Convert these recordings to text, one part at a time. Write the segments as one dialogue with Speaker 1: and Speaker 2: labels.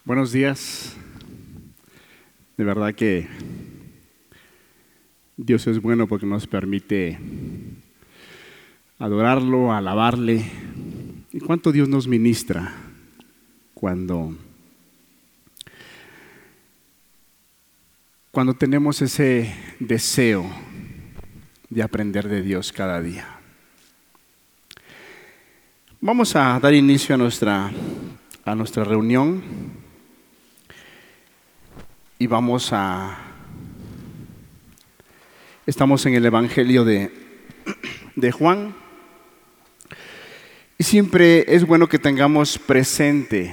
Speaker 1: Buenos días. De verdad que Dios es bueno porque nos permite adorarlo, alabarle. ¿Y cuánto Dios nos ministra cuando tenemos ese deseo de aprender de Dios cada día? Vamos a dar inicio a nuestra reunión. Y estamos en el Evangelio de Juan. Y siempre es bueno que tengamos presente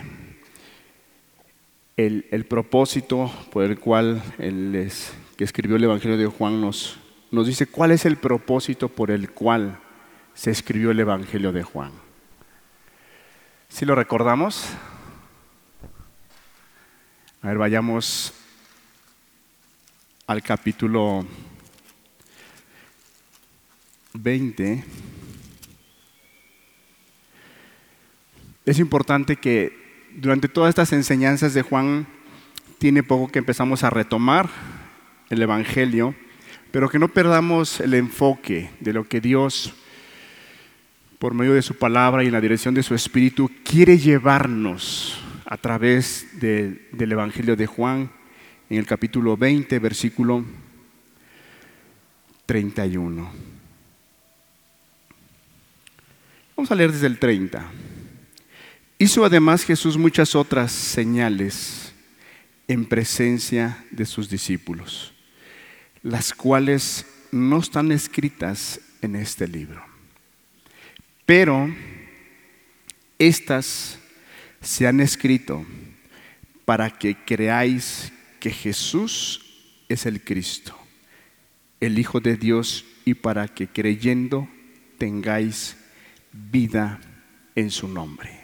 Speaker 1: el propósito por el cual que escribió el Evangelio de Juan nos dice cuál es el propósito por el cual se escribió el Evangelio de Juan. ¿Sí lo recordamos? A ver, vayamos al capítulo 20. Es importante que durante todas estas enseñanzas de Juan, tiene poco que empezamos a retomar el Evangelio, pero que no perdamos el enfoque de lo que Dios, por medio de su palabra y en la dirección de su Espíritu, quiere llevarnos a través del Evangelio de Juan, en el capítulo 20, versículo 31. Vamos a leer desde el 30. Hizo además Jesús muchas otras señales en presencia de sus discípulos, las cuales no están escritas en este libro. Pero estas se han escrito para que creáis que Jesús es el Cristo, el Hijo de Dios, y para que creyendo tengáis vida en su nombre.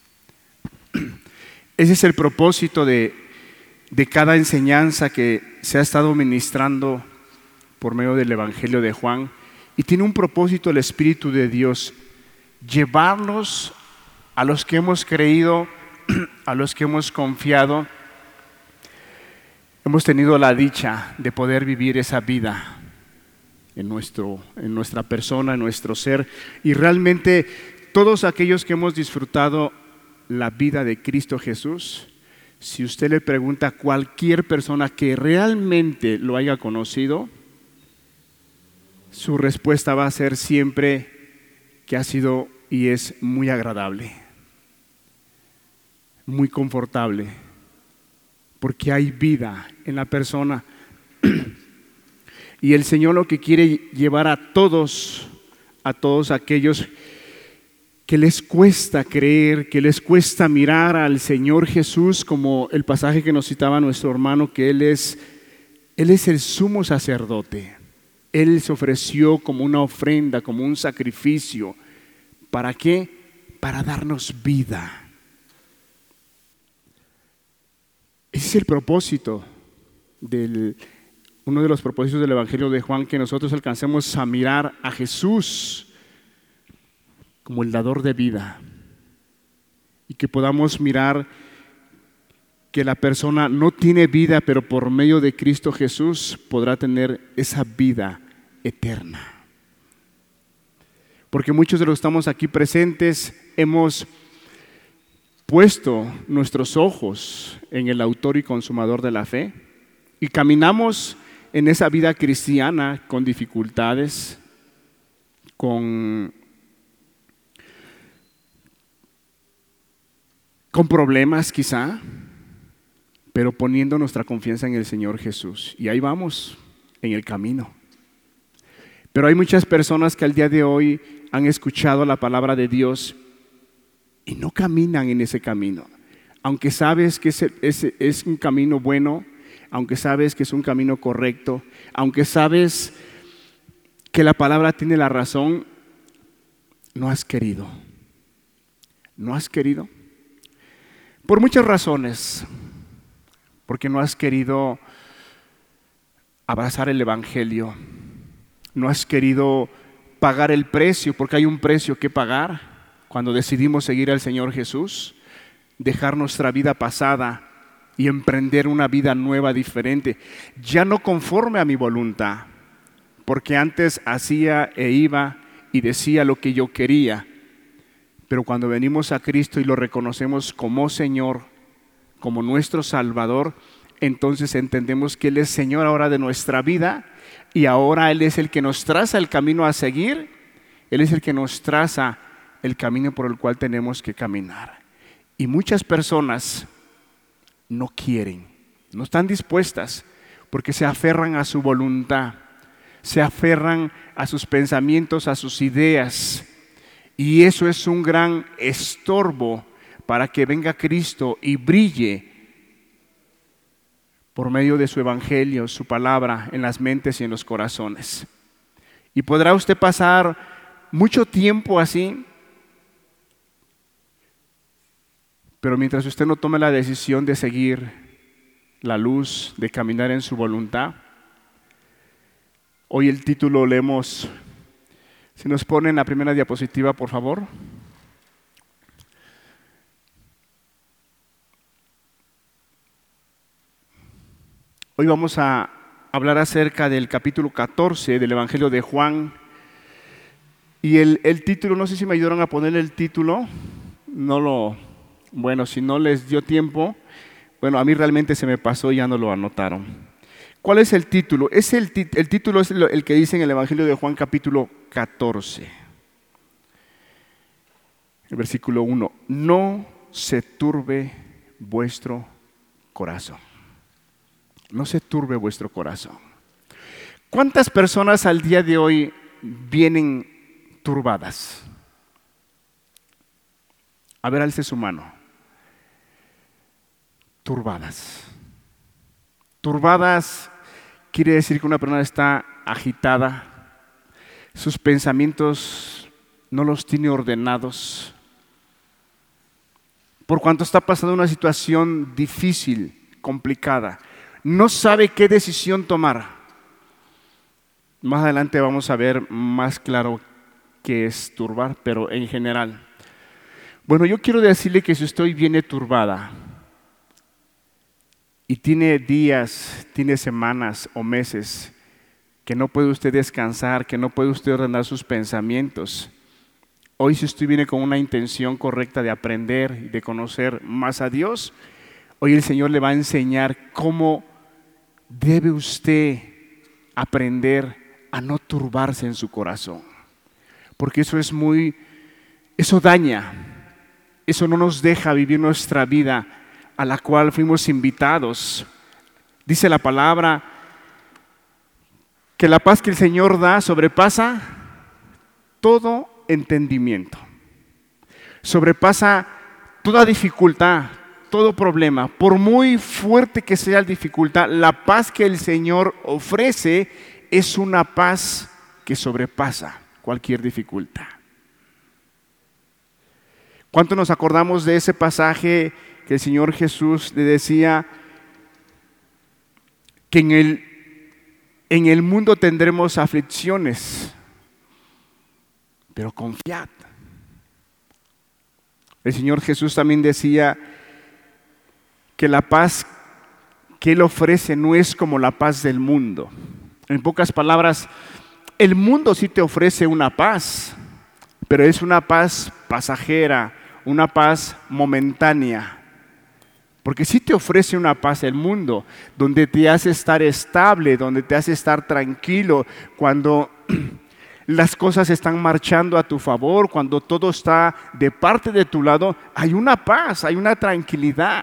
Speaker 1: Ese es el propósito de cada enseñanza que se ha estado ministrando por medio del Evangelio de Juan, y tiene un propósito el Espíritu de Dios: llevarnos a los que hemos creído, a los que hemos confiado. Hemos tenido la dicha de poder vivir esa vida en nuestra persona, en nuestro ser, y realmente todos aquellos que hemos disfrutado la vida de Cristo Jesús, si usted le pregunta a cualquier persona que realmente lo haya conocido, su respuesta va a ser siempre que ha sido y es muy agradable, muy confortable, porque hay vida en la persona. Y el Señor lo que quiere llevar a todos aquellos que les cuesta creer, que les cuesta mirar al Señor Jesús, como el pasaje que nos citaba nuestro hermano, que Él es el sumo sacerdote. Él se ofreció como una ofrenda, como un sacrificio. ¿Para qué? Para darnos vida. Ese es el propósito uno de los propósitos del Evangelio de Juan, que nosotros alcancemos a mirar a Jesús como el dador de vida, y que podamos mirar que la persona no tiene vida, pero por medio de Cristo Jesús podrá tener esa vida eterna. Porque muchos de los que estamos aquí presentes hemos puesto nuestros ojos en el autor y consumador de la fe, y caminamos en esa vida cristiana con dificultades, con problemas quizá, pero poniendo nuestra confianza en el Señor Jesús. Y ahí vamos en el camino. Pero hay muchas personas que al día de hoy han escuchado la palabra de Dios y no caminan en ese camino. Aunque sabes que es un camino bueno, aunque sabes que es un camino correcto, aunque sabes que la palabra tiene la razón, no has querido. No has querido. Por muchas razones. Porque no has querido abrazar el Evangelio. No has querido pagar el precio, porque hay un precio que pagar cuando decidimos seguir al Señor Jesús. Dejar nuestra vida pasada y emprender una vida nueva, diferente, ya no conforme a mi voluntad, porque antes hacía e iba y decía lo que yo quería, pero cuando venimos a Cristo y lo reconocemos como Señor, como nuestro Salvador, entonces entendemos que Él es Señor ahora de nuestra vida y ahora Él es el que nos traza el camino a seguir, Él es el que nos traza el camino por el cual tenemos que caminar. Y muchas personas no quieren, no están dispuestas porque se aferran a su voluntad, se aferran a sus pensamientos, a sus ideas. Y eso es un gran estorbo para que venga Cristo y brille por medio de su evangelio, su palabra en las mentes y en los corazones. Y podrá usted pasar mucho tiempo así, pero mientras usted no tome la decisión de seguir la luz, de caminar en su voluntad, hoy el título leemos, si nos ponen la primera diapositiva, por favor. Hoy vamos a hablar acerca del capítulo 14 del Evangelio de Juan. Y el título, no sé si me ayudaron a poner el título. Bueno, si no les dio tiempo, bueno, a mí realmente se me pasó y ya no lo anotaron. ¿Cuál es el título? El título es el que dice en el Evangelio de Juan capítulo 14. El versículo 1. No se turbe vuestro corazón. No se turbe vuestro corazón. ¿Cuántas personas al día de hoy vienen turbadas? A ver, alce su mano. Turbadas. Turbadas quiere decir que una persona está agitada, sus pensamientos no los tiene ordenados, por cuanto está pasando una situación difícil, complicada, no sabe qué decisión tomar. Más adelante vamos a ver más claro qué es turbar, pero en general. Bueno, yo quiero decirle que si usted hoy viene turbada y tiene días, tiene semanas o meses que no puede usted descansar, que no puede usted ordenar sus pensamientos, hoy si usted viene con una intención correcta de aprender y de conocer más a Dios, hoy el Señor le va a enseñar cómo debe usted aprender a no turbarse en su corazón, porque eso daña, eso no nos deja vivir nuestra vida a la cual fuimos invitados. Dice la palabra que la paz que el Señor da sobrepasa todo entendimiento, sobrepasa toda dificultad, todo problema. Por muy fuerte que sea la dificultad, la paz que el Señor ofrece es una paz que sobrepasa cualquier dificultad. ¿Cuánto nos acordamos de ese pasaje que el Señor Jesús le decía que en el mundo tendremos aflicciones, pero confiad? El Señor Jesús también decía que la paz que Él ofrece no es como la paz del mundo. En pocas palabras, el mundo sí te ofrece una paz, pero es una paz pasajera, una paz momentánea. Porque sí te ofrece una paz el mundo, donde te hace estar estable, donde te hace estar tranquilo, cuando las cosas están marchando a tu favor, cuando todo está de parte de tu lado, hay una paz, hay una tranquilidad.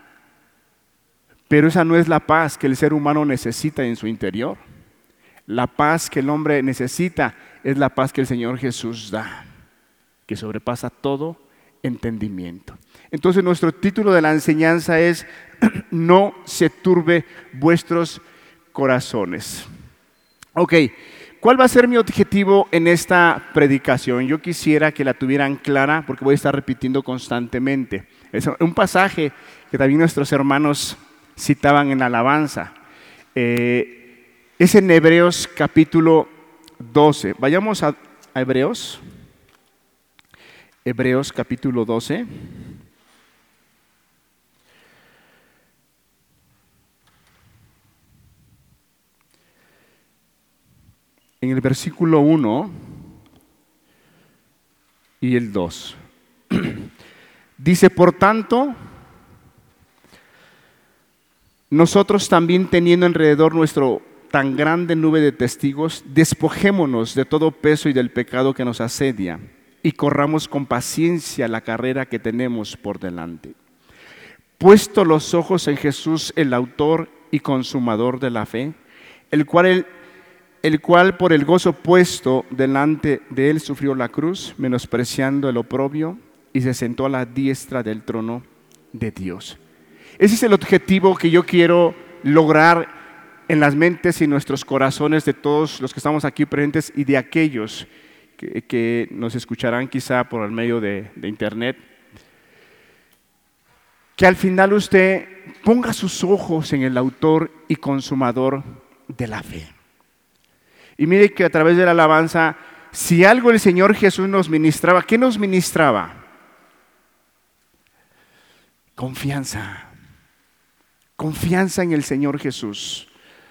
Speaker 1: Pero esa no es la paz que el ser humano necesita en su interior. La paz que el hombre necesita es la paz que el Señor Jesús da, que sobrepasa todo entendimiento. Entonces nuestro título de la enseñanza es no se turbe vuestros corazones. Ok, ¿cuál va a ser mi objetivo en esta predicación? Yo quisiera que la tuvieran clara porque voy a estar repitiendo constantemente. Es un pasaje que también nuestros hermanos citaban en la alabanza. Es en Hebreos capítulo 12. Vayamos a Hebreos. Hebreos capítulo 12. en el versículo 1 y el 2. Dice, por tanto, nosotros también teniendo alrededor nuestro tan grande nube de testigos, despojémonos de todo peso y del pecado que nos asedia y corramos con paciencia la carrera que tenemos por delante. Puesto los ojos en Jesús, el autor y consumador de la fe, el cual por el gozo puesto delante de él sufrió la cruz, menospreciando el oprobio, y se sentó a la diestra del trono de Dios. Ese es el objetivo que yo quiero lograr en las mentes y nuestros corazones de todos los que estamos aquí presentes y de aquellos que nos escucharán quizá por el medio de internet. Que al final usted ponga sus ojos en el autor y consumador de la fe. Y mire que a través de la alabanza, si algo el Señor Jesús nos ministraba, ¿qué nos ministraba? Confianza. Confianza en el Señor Jesús.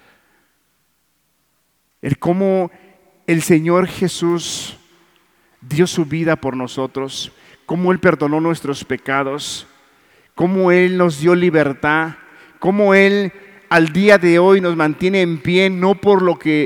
Speaker 1: El cómo el Señor Jesús dio su vida por nosotros, cómo Él perdonó nuestros pecados, cómo Él nos dio libertad, cómo Él al día de hoy nos mantiene en pie, no por lo que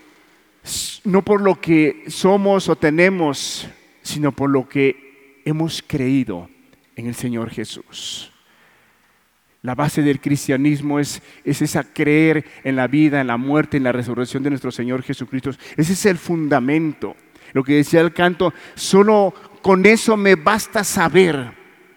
Speaker 1: somos o tenemos, sino por lo que hemos creído en el Señor Jesús. La base del cristianismo es esa creer en la vida, en la muerte, en la resurrección de nuestro Señor Jesucristo. Ese es el fundamento. Lo que decía el canto, solo con eso me basta saber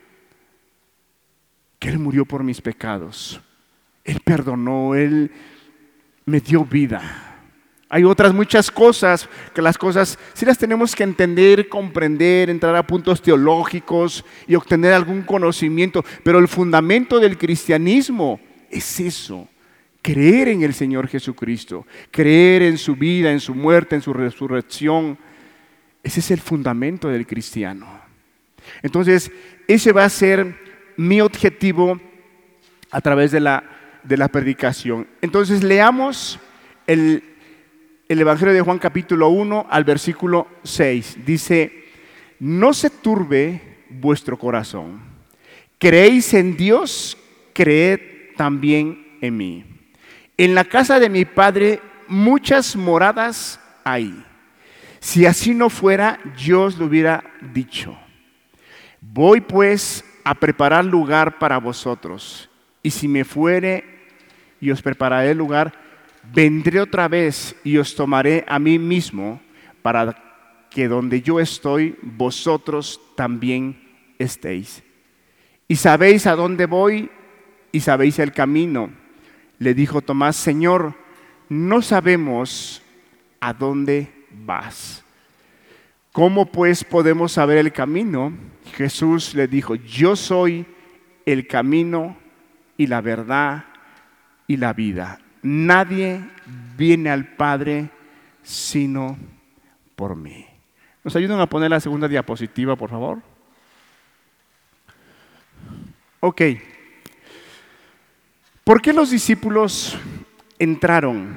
Speaker 1: que Él murió por mis pecados. Él perdonó, Él me dio vida. Hay otras muchas cosas, que las cosas sí las tenemos que entender, comprender, entrar a puntos teológicos y obtener algún conocimiento, pero el fundamento del cristianismo es eso, creer en el Señor Jesucristo, creer en su vida, en su muerte, en su resurrección. Ese es el fundamento del cristiano. Entonces, ese va a ser mi objetivo a través de la predicación. Entonces, leamos el Evangelio de Juan capítulo 1 al versículo 6. Dice, no se turbe vuestro corazón. Creéis en Dios, creed también en mí. En la casa de mi Padre muchas moradas hay. Si así no fuera, yo os lo hubiera dicho. Voy pues a preparar lugar para vosotros. Y si me fuere y os prepararé el lugar, vendré otra vez y os tomaré a mí mismo, para que donde yo estoy, vosotros también estéis. Y sabéis a dónde voy y sabéis el camino. Le dijo Tomás, Señor, no sabemos a dónde vas. ¿Cómo pues podemos saber el camino? Jesús le dijo, yo soy el camino y la verdad y la vida. Nadie viene al Padre sino por mí. ¿Nos ayudan a poner la segunda diapositiva, por favor? Ok. ¿Por qué los discípulos entraron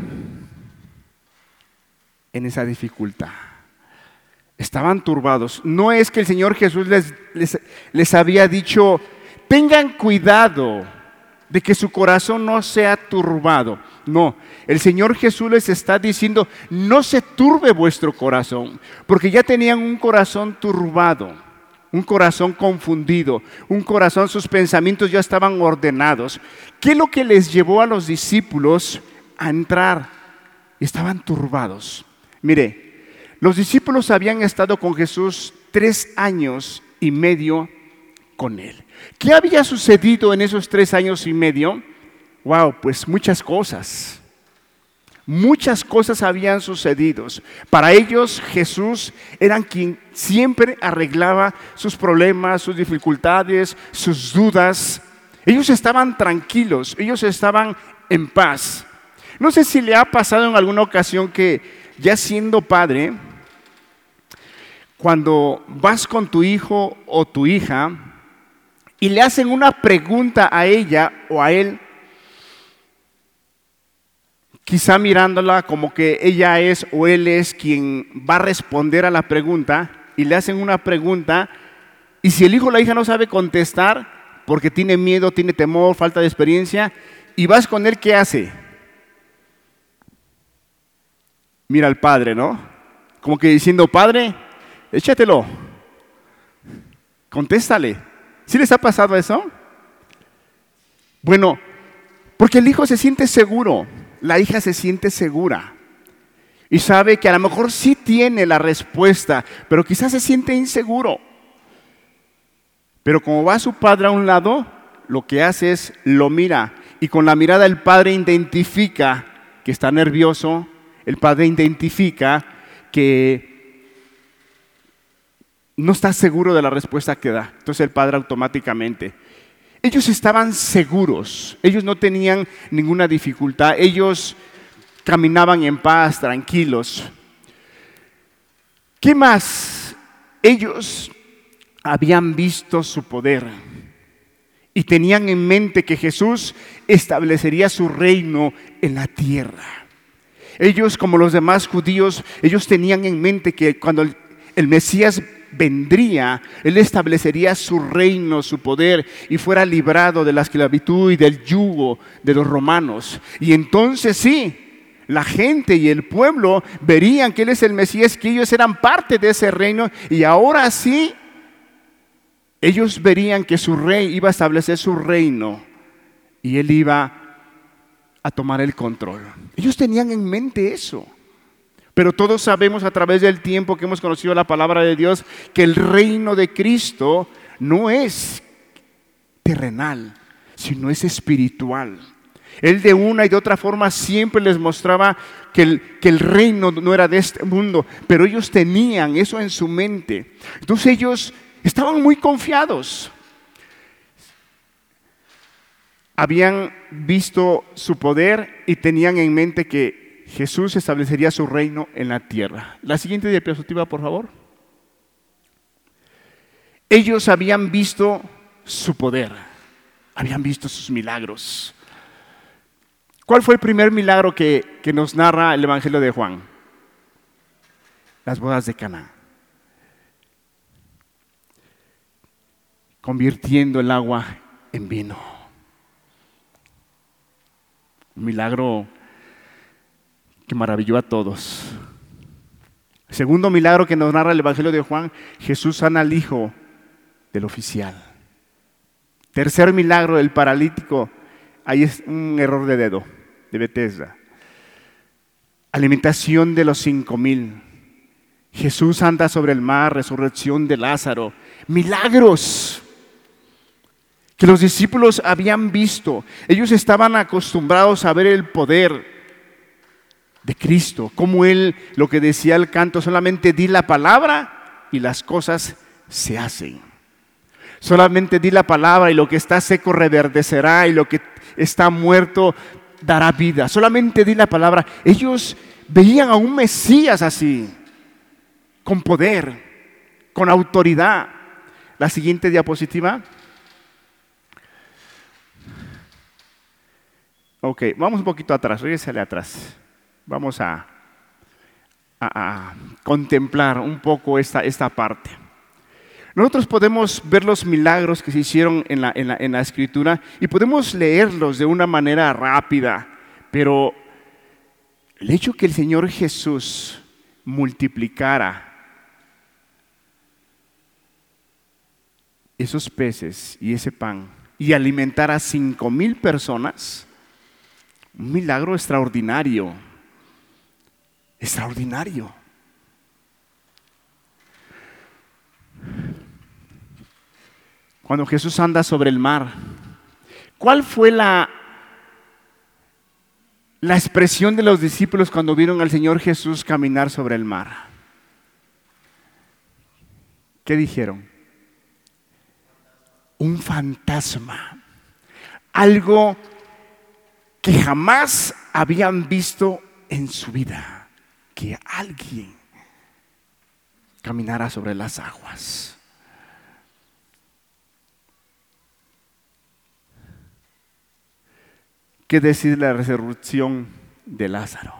Speaker 1: en esa dificultad? Estaban turbados. No es que el Señor Jesús les había dicho, tengan cuidado de que su corazón no sea turbado. No, el Señor Jesús les está diciendo, no se turbe vuestro corazón, porque ya tenían un corazón turbado, un corazón confundido, un corazón, sus pensamientos ya estaban ordenados. ¿Qué es lo que les llevó a los discípulos a entrar? Estaban turbados. Mire, los discípulos habían estado con Jesús 3 años y medio con Él. ¿Qué había sucedido en esos 3 años y medio? Wow, pues muchas cosas. Muchas cosas habían sucedido. Para ellos Jesús era quien siempre arreglaba sus problemas, sus dificultades, sus dudas. Ellos estaban tranquilos, ellos estaban en paz. No sé si le ha pasado en alguna ocasión que ya siendo padre, cuando vas con tu hijo o tu hija y le hacen una pregunta a ella o a él quizá mirándola como que ella es o él es quien va a responder a la pregunta, y le hacen una pregunta, y si el hijo o la hija no sabe contestar porque tiene miedo, tiene temor, falta de experiencia, y vas con él, ¿qué hace? Mira al padre, ¿no? Como que diciendo, padre, échatelo, contéstale. ¿Sí les ha pasado eso? Bueno, porque el hijo se siente seguro, la hija se siente segura y sabe que a lo mejor sí tiene la respuesta, pero quizás se siente inseguro. Pero como va su padre a un lado, lo que hace es lo mira, y con la mirada el padre identifica que está nervioso, el padre identifica que no está seguro de la respuesta que da. Entonces el padre automáticamente. Ellos estaban seguros, ellos no tenían ninguna dificultad, ellos caminaban en paz, tranquilos. ¿Qué más? Ellos habían visto su poder y tenían en mente que Jesús establecería su reino en la tierra. Ellos, como los demás judíos, ellos tenían en mente que cuando el Mesías vendría, Él establecería su reino, su poder, y fuera librado de la esclavitud y del yugo de los romanos. Y entonces sí, la gente y el pueblo verían que Él es el Mesías, que ellos eran parte de ese reino, y ahora sí, ellos verían que su rey iba a establecer su reino y Él iba a tomar el control. Ellos tenían en mente eso. Pero todos sabemos a través del tiempo que hemos conocido la palabra de Dios que el reino de Cristo no es terrenal, sino es espiritual. Él de una y de otra forma siempre les mostraba que el reino no era de este mundo, pero ellos tenían eso en su mente. Entonces ellos estaban muy confiados. Habían visto su poder y tenían en mente que Jesús establecería su reino en la tierra. La siguiente diapositiva, por favor. Ellos habían visto su poder, habían visto sus milagros. ¿Cuál fue el primer milagro que nos narra el Evangelio de Juan? Las bodas de Caná. Convirtiendo el agua en vino. Un milagro que maravilló a todos. Segundo milagro que nos narra el Evangelio de Juan, Jesús sana al hijo del oficial. Tercer milagro, el paralítico, ahí es un error de dedo, de Bethesda. Alimentación de los 5,000. Jesús anda sobre el mar, resurrección de Lázaro. Milagros que los discípulos habían visto. Ellos estaban acostumbrados a ver el poder de Cristo, como Él, lo que decía el canto, solamente di la palabra y las cosas se hacen. Solamente di la palabra y lo que está seco reverdecerá y lo que está muerto dará vida. Solamente di la palabra. Ellos veían a un Mesías así, con poder, con autoridad. La siguiente diapositiva. Ok, vamos un poquito atrás, regrésale atrás. Vamos a contemplar un poco esta parte. Nosotros podemos ver los milagros que se hicieron en la Escritura y podemos leerlos de una manera rápida, pero el hecho que el Señor Jesús multiplicara esos peces y ese pan y alimentara a 5,000 personas, un milagro extraordinario. Extraordinario. Cuando Jesús anda sobre el mar, ¿cuál fue la expresión de los discípulos cuando vieron al Señor Jesús caminar sobre el mar? ¿Qué dijeron? Un fantasma. Algo que jamás habían visto en su vida. Que alguien caminara sobre las aguas. ¿Qué decir de la resurrección de Lázaro.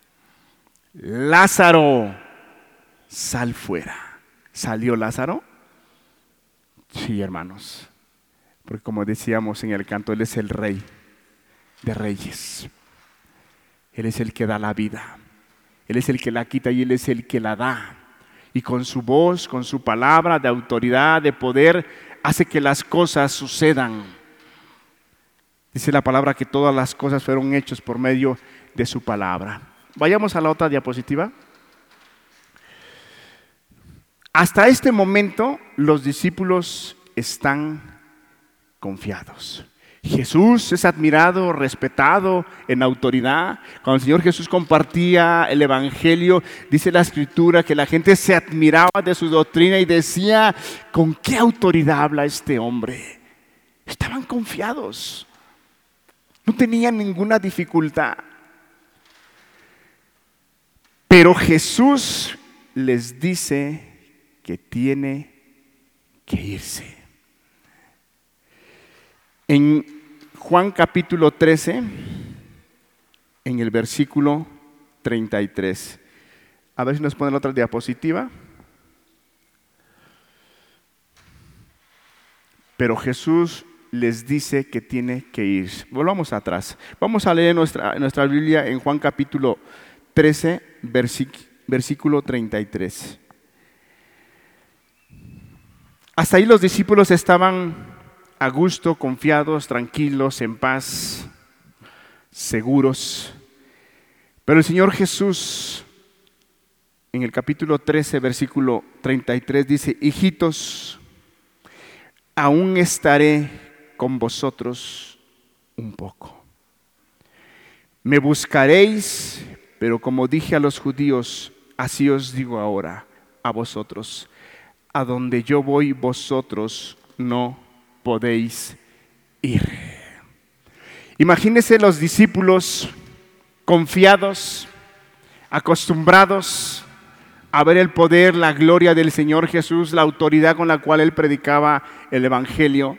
Speaker 1: Lázaro, sal fuera. ¿Salió Lázaro? Sí, hermanos. Porque como decíamos en el canto, Él es el Rey de Reyes. Él es el que da la vida. Él es el que la quita y Él es el que la da. Y con su voz, con su palabra de autoridad, de poder, hace que las cosas sucedan. Dice la palabra que todas las cosas fueron hechas por medio de su palabra. Vayamos a la otra diapositiva. Hasta este momento los discípulos están confiados. Jesús es admirado, respetado en autoridad. Cuando el Señor Jesús compartía el Evangelio, dice la Escritura que la gente se admiraba de su doctrina y decía, ¿con qué autoridad habla este hombre? Estaban confiados, no tenían ninguna dificultad. Pero Jesús les dice que tiene que irse. En Juan capítulo 13, en el versículo 33. A ver si nos pone la otra diapositiva. Pero Jesús les dice que tiene que ir. Volvamos atrás. Vamos a leer nuestra Biblia en Juan capítulo 13, versículo 33. Hasta ahí los discípulos estaban a gusto, confiados, tranquilos, en paz, seguros. Pero el Señor Jesús, en el capítulo 13, versículo 33, dice, hijitos, aún estaré con vosotros un poco. Me buscaréis, pero como dije a los judíos, así os digo ahora a vosotros, a donde yo voy, vosotros no podéis ir. Imagínense los discípulos confiados, acostumbrados a ver el poder, la gloria del Señor Jesús, la autoridad con la cual Él predicaba el Evangelio.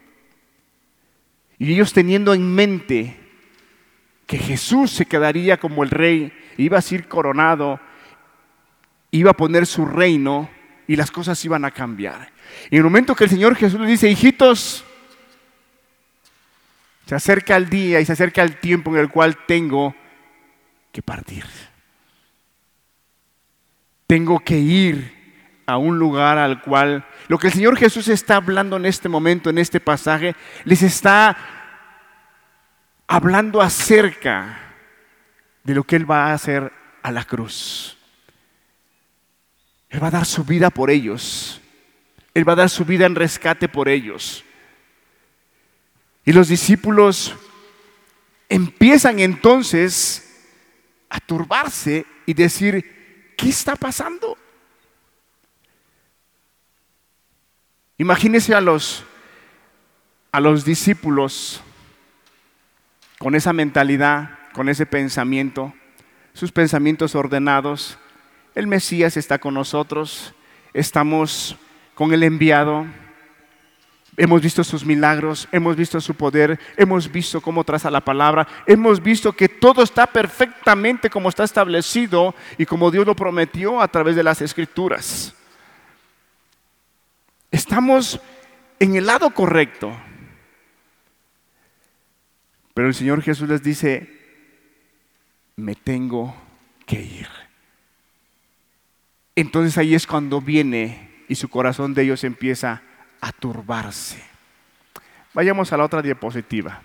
Speaker 1: Y ellos teniendo en mente que Jesús se quedaría como el Rey, iba a ser coronado, iba a poner su reino y las cosas iban a cambiar. Y en el momento que el Señor Jesús les dice, hijitos, se acerca el día y se acerca el tiempo en el cual tengo que partir. Tengo que ir a un lugar al cual, lo que el Señor Jesús está hablando en este momento, en este pasaje, les está hablando acerca de lo que Él va a hacer a la cruz. Él va a dar su vida por ellos. Él va a dar su vida en rescate por ellos. Y los discípulos empiezan entonces a turbarse y decir, ¿qué está pasando? Imagínense a los discípulos con esa mentalidad, con ese pensamiento, sus pensamientos ordenados. El Mesías está con nosotros, estamos con el enviado, hemos visto sus milagros, hemos visto su poder, hemos visto cómo traza la palabra, hemos visto que todo está perfectamente como está establecido y como Dios lo prometió a través de las Escrituras. Estamos en el lado correcto. Pero el Señor Jesús les dice, me tengo que ir. Entonces ahí es cuando viene y su corazón de ellos empieza a turbarse. Vayamos a la otra diapositiva.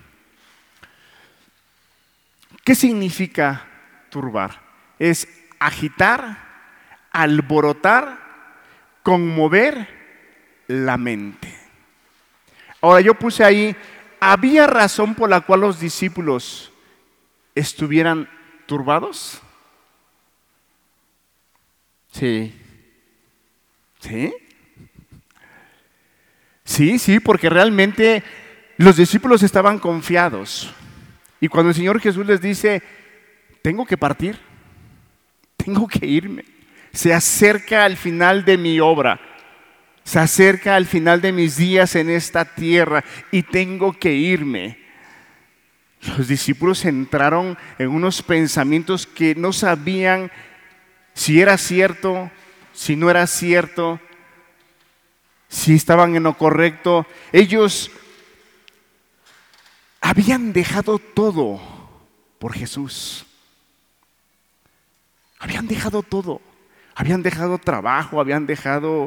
Speaker 1: ¿Qué significa turbar? Es agitar, alborotar, conmover la mente. Ahora yo puse ahí, ¿había razón por la cual los discípulos estuvieran turbados? Sí. ¿Sí? Sí, porque realmente los discípulos estaban confiados. Y cuando el Señor Jesús les dice, tengo que partir, tengo que irme, se acerca al final de mi obra, se acerca al final de mis días en esta tierra y tengo que irme. Los discípulos entraron en unos pensamientos que no sabían si era cierto, si no era cierto, si estaban en lo correcto. Ellos habían dejado todo por Jesús. Habían dejado todo. Habían dejado trabajo, habían dejado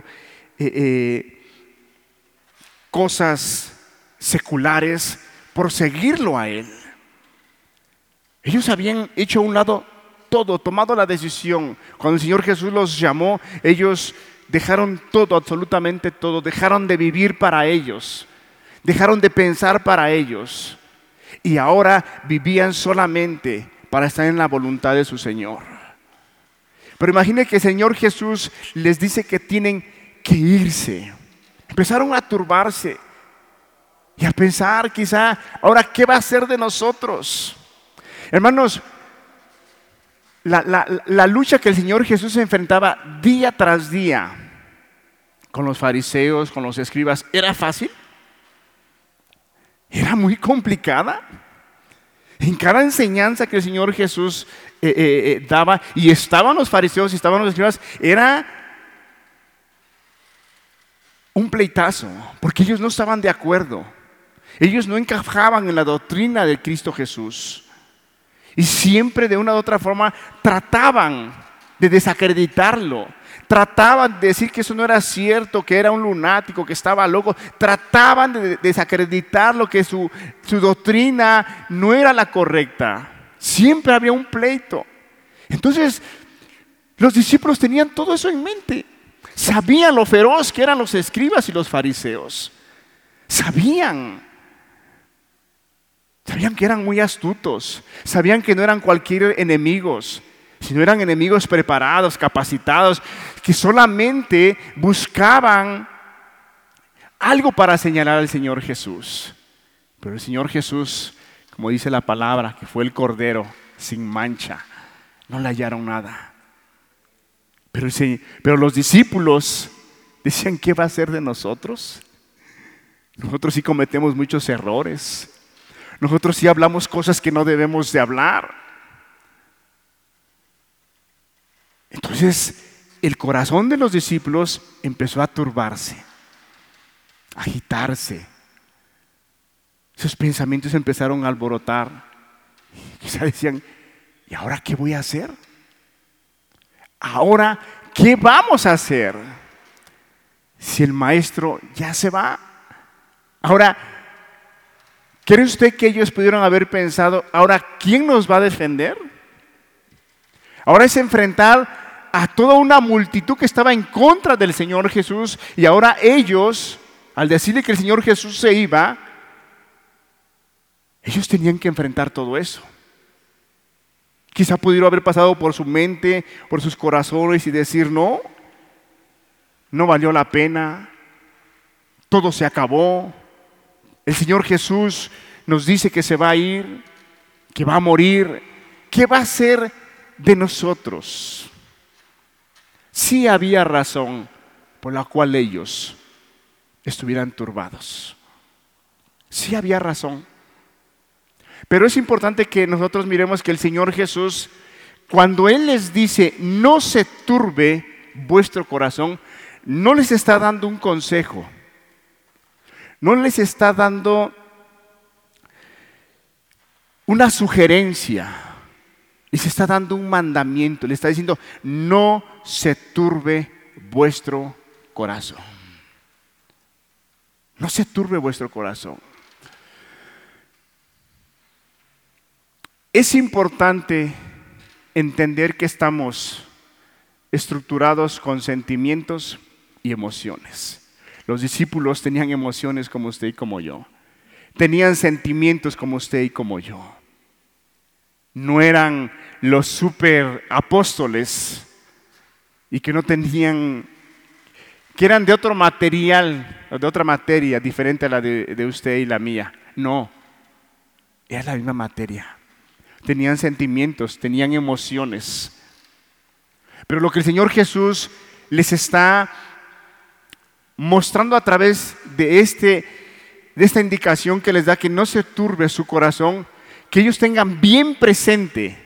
Speaker 1: cosas seculares por seguirlo a Él. Ellos habían hecho a un lado todo, tomado la decisión. Cuando el Señor Jesús los llamó, ellos dejaron todo, absolutamente todo. Dejaron de vivir para ellos. Dejaron de pensar para ellos. Y ahora vivían solamente para estar en la voluntad de su Señor. Pero imagine que el Señor Jesús les dice que tienen que irse. Empezaron a turbarse y a pensar quizá, ahora, ¿qué va a hacer de nosotros? Hermanos, la lucha que el Señor Jesús enfrentaba día tras día con los fariseos, con los escribas, ¿era fácil? ¿Era muy complicada? En cada enseñanza que el Señor Jesús daba, y estaban los fariseos y estaban los escribas, era un pleitazo, porque ellos no estaban de acuerdo. Ellos no encajaban en la doctrina de Cristo Jesús. Y siempre de una u otra forma trataban de desacreditarlo. Trataban de decir que eso no era cierto, que era un lunático, que estaba loco. Trataban de desacreditarlo, que su doctrina no era la correcta. Siempre había un pleito. Entonces, los discípulos tenían todo eso en mente. Sabían lo feroz que eran los escribas y los fariseos. Sabían que eran muy astutos. Sabían que no eran cualquier enemigos, sino eran enemigos preparados, capacitados, que solamente buscaban algo para señalar al Señor Jesús. Pero el Señor Jesús, como dice la palabra, que fue el Cordero sin mancha, no le hallaron nada. Pero los discípulos decían, ¿qué va a hacer de nosotros? Nosotros sí cometemos muchos errores. Nosotros sí hablamos cosas que no debemos de hablar. Entonces, el corazón de los discípulos empezó a turbarse, a agitarse. Esos pensamientos empezaron a alborotar. Quizá decían, ¿y ahora qué voy a hacer? ¿Ahora qué vamos a hacer? Si el maestro ya se va. Ahora, ¿cree usted que ellos pudieron haber pensado, ahora quién nos va a defender? Ahora es enfrentar a toda una multitud que estaba en contra del Señor Jesús, y ahora ellos, al decirle que el Señor Jesús se iba, ellos tenían que enfrentar todo eso. Quizá pudieron haber pasado por su mente, por sus corazones y decir, no valió la pena, todo se acabó. El Señor Jesús nos dice que se va a ir, que va a morir. ¿Qué va a hacer de nosotros? Sí había razón por la cual ellos estuvieran turbados. Sí había razón. Pero es importante que nosotros miremos que el Señor Jesús, cuando Él les dice, no se turbe vuestro corazón, no les está dando un consejo. No les está dando una sugerencia, les está dando un mandamiento, le está diciendo, no se turbe vuestro corazón. No se turbe vuestro corazón. Es importante entender que estamos estructurados con sentimientos y emociones. Los discípulos tenían emociones como usted y como yo. Tenían sentimientos como usted y como yo. No eran los super apóstoles y que no tenían, que eran de otro material, de otra materia diferente a la de usted y la mía. No, era la misma materia. Tenían sentimientos, tenían emociones. Pero lo que el Señor Jesús les está mostrando a través de esta indicación que les da, que no se turbe su corazón, que ellos tengan bien presente,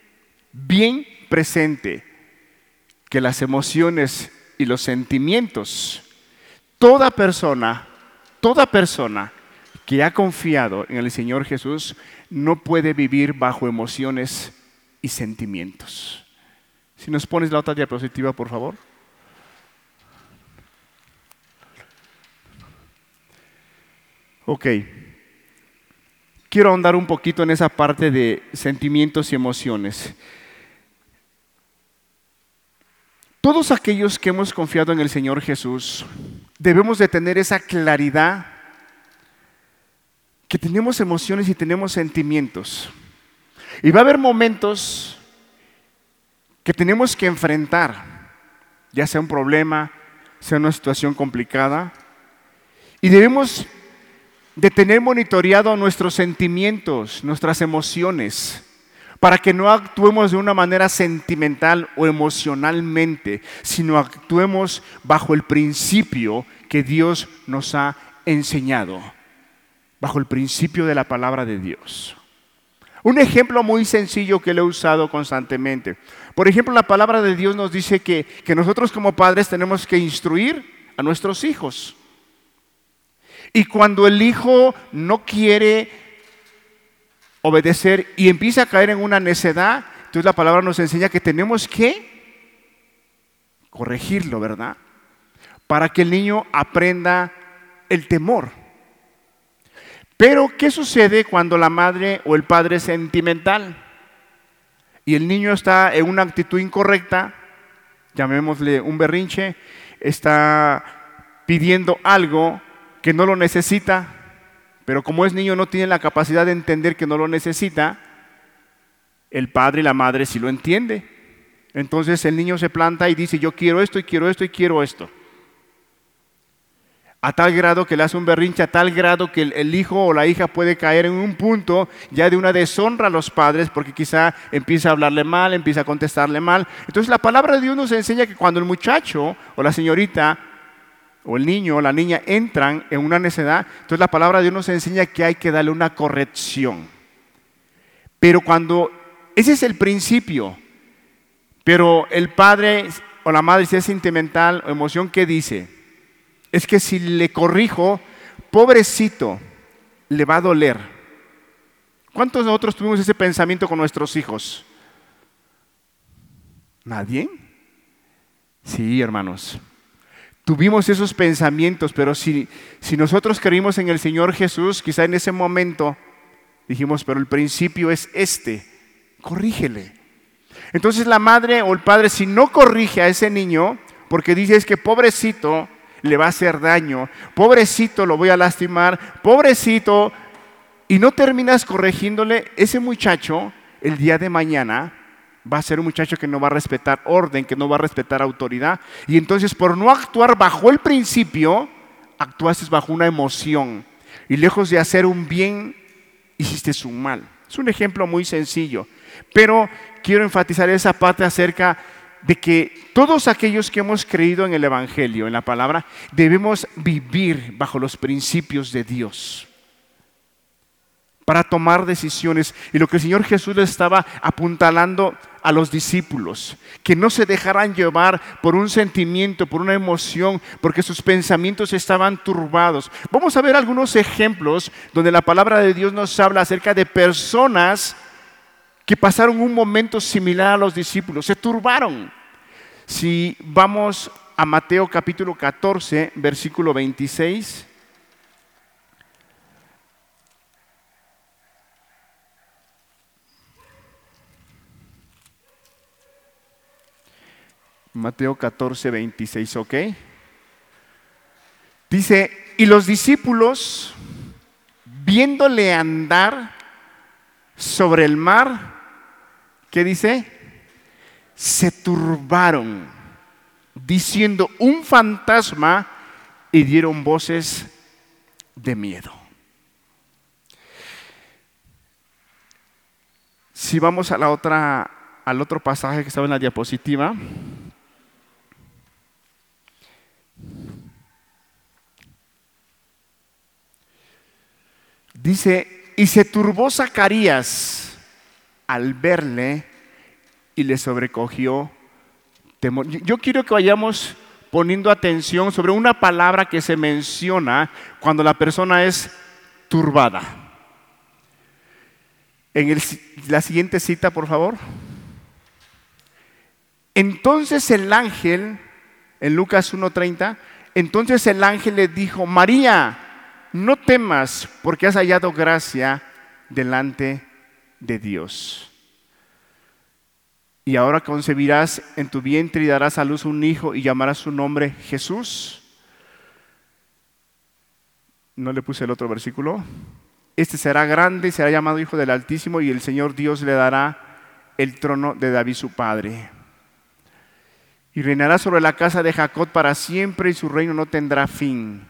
Speaker 1: que las emociones y los sentimientos, toda persona que ha confiado en el Señor Jesús no puede vivir bajo emociones y sentimientos. Si nos pones la otra diapositiva, por favor. Ok. Quiero ahondar un poquito en esa parte de sentimientos y emociones. Todos aquellos que hemos confiado en el Señor Jesús, debemos de tener esa claridad que tenemos emociones y tenemos sentimientos. Y va a haber momentos que tenemos que enfrentar, ya sea un problema, sea una situación complicada, y debemos de tener monitoreado nuestros sentimientos, nuestras emociones, para que no actuemos de una manera sentimental o emocionalmente, sino actuemos bajo el principio que Dios nos ha enseñado, bajo el principio de la palabra de Dios. Un ejemplo muy sencillo que lo he usado constantemente. Por ejemplo, la palabra de Dios nos dice que nosotros como padres tenemos que instruir a nuestros hijos. Y cuando el hijo no quiere obedecer y empieza a caer en una necedad, entonces la palabra nos enseña que tenemos que corregirlo, ¿verdad? Para que el niño aprenda el temor. Pero, ¿qué sucede cuando la madre o el padre es sentimental y el niño está en una actitud incorrecta, llamémosle un berrinche, está pidiendo algo que no lo necesita, pero como es niño no tiene la capacidad de entender que no lo necesita? El padre y la madre sí lo entiende. Entonces el niño se planta y dice: yo quiero esto y quiero esto y quiero esto. A tal grado que le hace un berrinche, a tal grado que el hijo o la hija puede caer en un punto ya de una deshonra a los padres, porque quizá empieza a hablarle mal, empieza a contestarle mal. Entonces la palabra de Dios nos enseña que cuando el muchacho o la señorita o el niño o la niña entran en una necedad, entonces la palabra de Dios nos enseña que hay que darle una corrección. Pero cuando, ese es el principio, pero el padre o la madre, si es sentimental o emoción, ¿qué dice? Es que si le corrijo, pobrecito, le va a doler. ¿Cuántos de nosotros tuvimos ese pensamiento con nuestros hijos? ¿Nadie? Sí, hermanos. Tuvimos esos pensamientos, pero si nosotros creímos en el Señor Jesús, quizá en ese momento dijimos: pero el principio es corrígele. Entonces la madre o el padre, si no corrige a ese niño, porque dice: es que pobrecito, le va a hacer daño, pobrecito, lo voy a lastimar, pobrecito, y no terminas corrigiéndole, ese muchacho el día de mañana va a ser un muchacho que no va a respetar orden, que no va a respetar autoridad. Y entonces, por no actuar bajo el principio, actuaste bajo una emoción. Y lejos de hacer un bien, hiciste un mal. Es un ejemplo muy sencillo. Pero quiero enfatizar esa parte acerca de que todos aquellos que hemos creído en el Evangelio, en la palabra, debemos vivir bajo los principios de Dios para tomar decisiones. Y lo que el Señor Jesús le estaba apuntalando a los discípulos, que no se dejaran llevar por un sentimiento, por una emoción, porque sus pensamientos estaban turbados. Vamos a ver algunos ejemplos donde la palabra de Dios nos habla acerca de personas que pasaron un momento similar a los discípulos, se turbaron. Si vamos a Mateo capítulo 14, versículo 26. Mateo 14, 26, ¿ok? Dice: y los discípulos, viéndole andar sobre el mar, ¿qué dice? Se turbaron, diciendo: un fantasma, y dieron voces de miedo. Si vamos a al otro pasaje que estaba en la diapositiva. Dice: y se turbó Zacarías al verle y le sobrecogió temor. Yo quiero que vayamos poniendo atención sobre una palabra que se menciona cuando la persona es turbada. La siguiente cita, por favor. Entonces el ángel, en Lucas 1:30, entonces el ángel le dijo: María, no temas, porque has hallado gracia delante de Dios. Y ahora concebirás en tu vientre y darás a luz un hijo y llamarás su nombre Jesús. No le puse el otro versículo. Este será grande y será llamado Hijo del Altísimo, y el Señor Dios le dará el trono de David su padre. Y reinará sobre la casa de Jacob para siempre, y su reino no tendrá fin.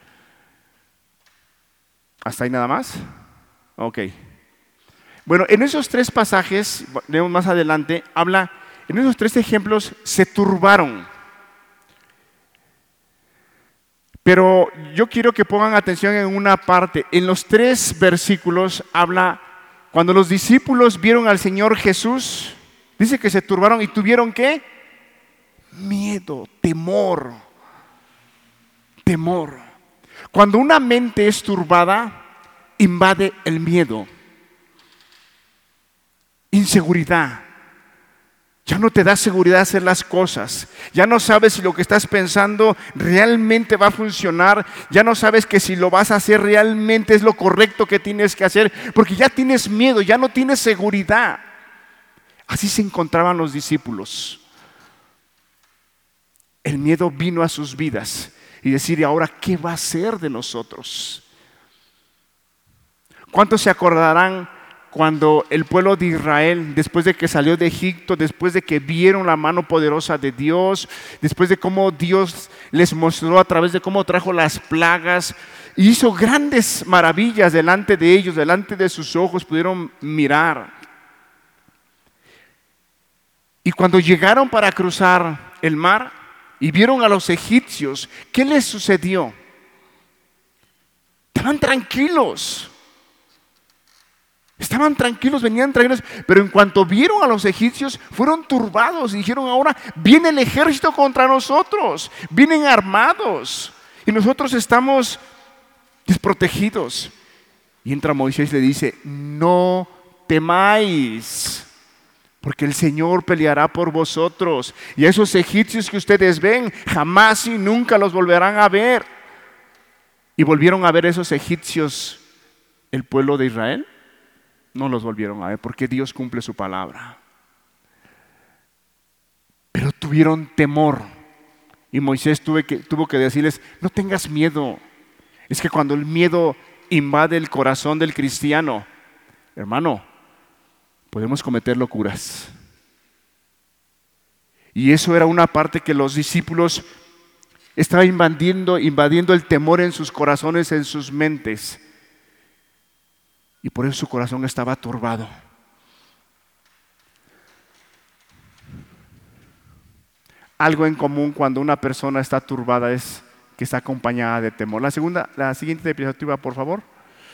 Speaker 1: ¿Hasta ahí nada más? Ok. Bueno, en esos tres pasajes, leemos más adelante, en esos tres ejemplos se turbaron. Pero yo quiero que pongan atención en una parte. En los tres versículos habla, cuando los discípulos vieron al Señor Jesús, dice que se turbaron y tuvieron ¿qué? Miedo, temor. Temor. Cuando una mente es turbada, invade el miedo. Inseguridad. Ya no te da seguridad hacer las cosas. Ya no sabes si lo que estás pensando realmente va a funcionar. Ya no sabes que si lo vas a hacer realmente es lo correcto que tienes que hacer, porque ya tienes miedo, ya no tienes seguridad. Así se encontraban los discípulos. El miedo vino a sus vidas y decir: ¿y ahora qué va a ser de nosotros? ¿Cuántos se acordarán cuando el pueblo de Israel, después de que salió de Egipto, después de que vieron la mano poderosa de Dios, después de cómo Dios les mostró a través de cómo trajo las plagas, y hizo grandes maravillas delante de ellos, delante de sus ojos, pudieron mirar? Y cuando llegaron para cruzar el mar y vieron a los egipcios, ¿qué les sucedió? Estaban tranquilos. Estaban tranquilos, venían tranquilos, pero en cuanto vieron a los egipcios, fueron turbados y dijeron: ahora viene el ejército contra nosotros, vienen armados y nosotros estamos desprotegidos. Y entra Moisés y le dice: no temáis, porque el Señor peleará por vosotros, y a esos egipcios que ustedes ven, jamás y nunca los volverán a ver. ¿Y volvieron a ver esos egipcios el pueblo de Israel? No los volvieron a ver, porque Dios cumple su palabra. Pero tuvieron temor, y Moisés tuvo que decirles: no tengas miedo. Es que cuando el miedo invade el corazón del cristiano, hermano, podemos cometer locuras. Y eso era una parte que los discípulos estaban invadiendo el temor en sus corazones, en sus mentes. Y por eso su corazón estaba turbado. Algo en común cuando una persona está turbada es que está acompañada de temor. La siguiente diapositiva, por favor.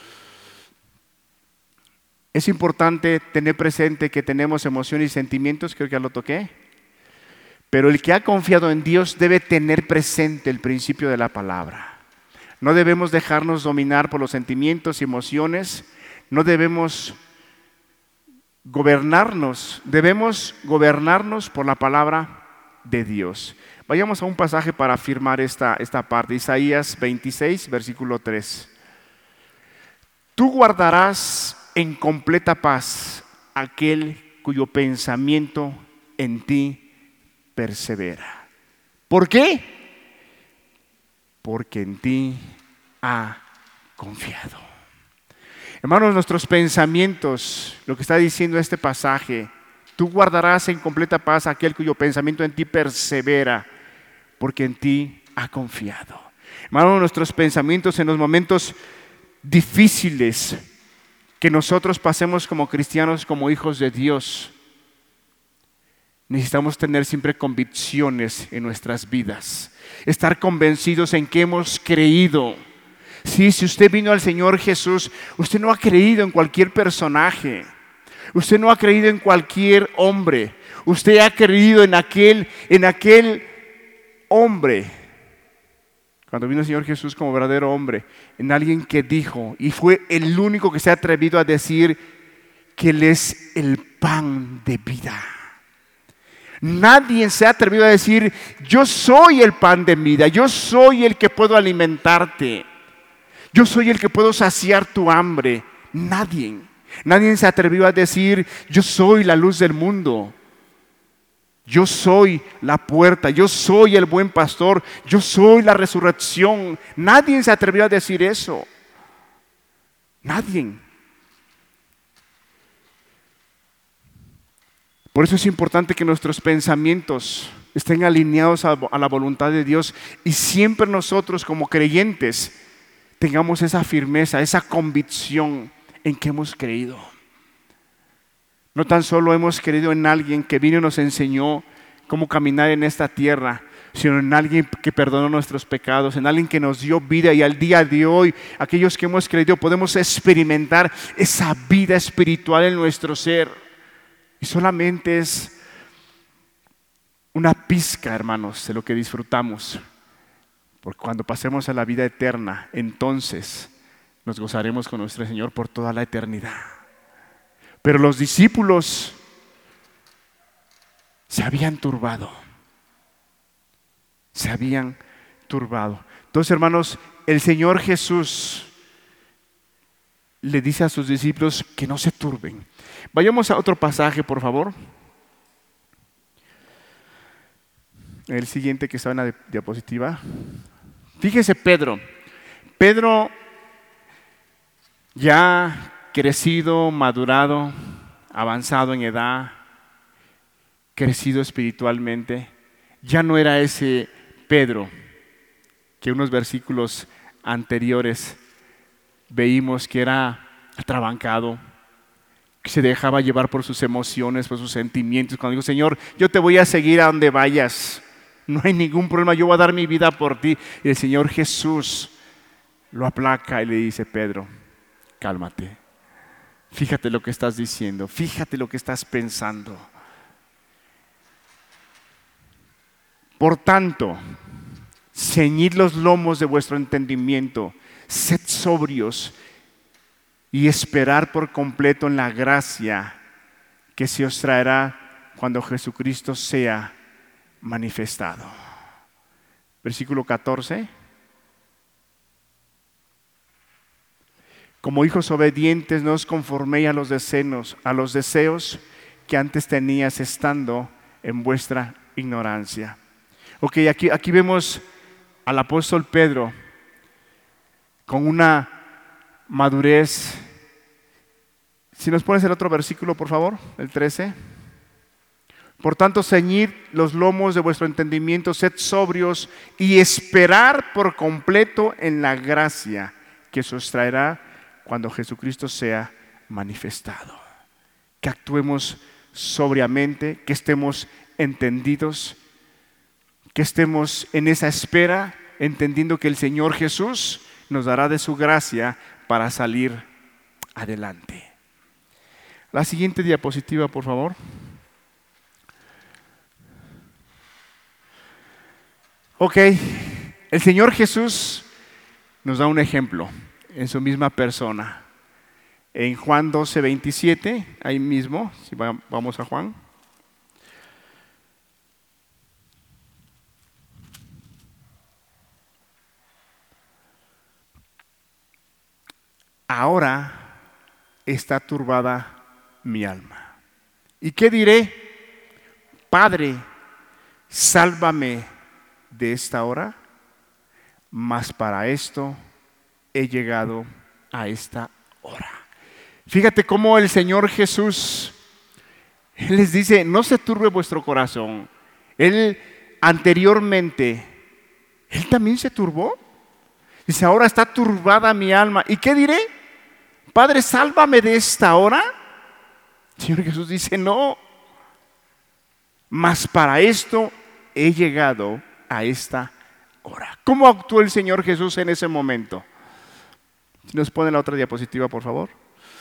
Speaker 1: Es importante tener presente que tenemos emociones y sentimientos, creo que ya lo toqué. Pero el que ha confiado en Dios debe tener presente el principio de la palabra. No debemos dejarnos dominar por los sentimientos y emociones. No debemos gobernarnos, debemos gobernarnos por la palabra de Dios. Vayamos a un pasaje para afirmar esta parte. Isaías 26, versículo 3. Tú guardarás en completa paz aquel cuyo pensamiento en ti persevera. ¿Por qué? Porque en ti ha confiado. Hermanos, nuestros pensamientos, lo que está diciendo este pasaje: tú guardarás en completa paz a aquel cuyo pensamiento en ti persevera, porque en ti ha confiado. Hermanos, nuestros pensamientos en los momentos difíciles que nosotros pasemos como cristianos, como hijos de Dios, necesitamos tener siempre convicciones en nuestras vidas, estar convencidos en que hemos creído. Sí, si usted vino al Señor Jesús, usted no ha creído en cualquier personaje. Usted no ha creído en cualquier hombre. Usted ha creído en aquel hombre. Cuando vino el Señor Jesús como verdadero hombre, en alguien que dijo, y fue el único que se ha atrevido a decir que Él es el pan de vida. Nadie se ha atrevido a decir, yo soy el pan de vida, yo soy el que puedo alimentarte, yo soy el que puedo saciar tu hambre. Nadie se atrevió a decir, yo soy la luz del mundo, yo soy la puerta, yo soy el buen pastor, yo soy la resurrección. Nadie se atrevió a decir eso. Nadie. Por eso es importante que nuestros pensamientos estén alineados a la voluntad de Dios y siempre nosotros como creyentes tengamos esa firmeza, esa convicción en que hemos creído. No tan solo hemos creído en alguien que vino y nos enseñó cómo caminar en esta tierra, sino en alguien que perdonó nuestros pecados, en alguien que nos dio vida, y al día de hoy, aquellos que hemos creído podemos experimentar esa vida espiritual en nuestro ser. Y solamente es una pizca, hermanos, de lo que disfrutamos. Porque cuando pasemos a la vida eterna, entonces nos gozaremos con nuestro Señor por toda la eternidad. Pero los discípulos se habían turbado. Entonces, hermanos, el Señor Jesús le dice a sus discípulos que no se turben. Vayamos a otro pasaje, por favor. El siguiente que está en la diapositiva. Fíjese Pedro. Pedro ya crecido, madurado, avanzado en edad, crecido espiritualmente, ya no era ese Pedro que unos versículos anteriores veíamos que era atrabancado, que se dejaba llevar por sus emociones, por sus sentimientos. Cuando digo, Señor, yo te voy a seguir a donde vayas, no hay ningún problema, yo voy a dar mi vida por ti. Y el Señor Jesús lo aplaca y le dice, Pedro, cálmate, fíjate lo que estás diciendo, fíjate lo que estás pensando. Por tanto, ceñid los lomos de vuestro entendimiento, sed sobrios y esperar por completo en la gracia que se os traerá cuando Jesucristo sea manifestado. Versículo 14. Como hijos obedientes, no os conforméis a los deseos que antes tenías estando en vuestra ignorancia. Ok, aquí vemos al apóstol Pedro con una madurez. Si nos pones el otro versículo, por favor, el 13. Por tanto, ceñid los lomos de vuestro entendimiento, sed sobrios y esperar por completo en la gracia que se os traerá cuando Jesucristo sea manifestado. Que actuemos sobriamente, que estemos entendidos, que estemos en esa espera, entendiendo que el Señor Jesús nos dará de su gracia para salir adelante. La siguiente diapositiva, por favor. Ok, el Señor Jesús nos da un ejemplo en su misma persona. En Juan 12:27, ahí mismo, si vamos a Juan. Ahora está turbada mi alma. ¿Y qué diré? Padre, sálvame de esta hora, mas para esto he llegado a esta hora. Fíjate cómo el Señor Jesús, Él les dice, no se turbe vuestro corazón. Él anteriormente, Él también se turbó. Dice, ahora está turbada mi alma. ¿Y qué diré? Padre, sálvame de esta hora. El Señor Jesús dice, no, mas para esto he llegado a esta hora. ¿Cómo actuó el Señor Jesús en ese momento? Si nos ponen la otra diapositiva, por favor.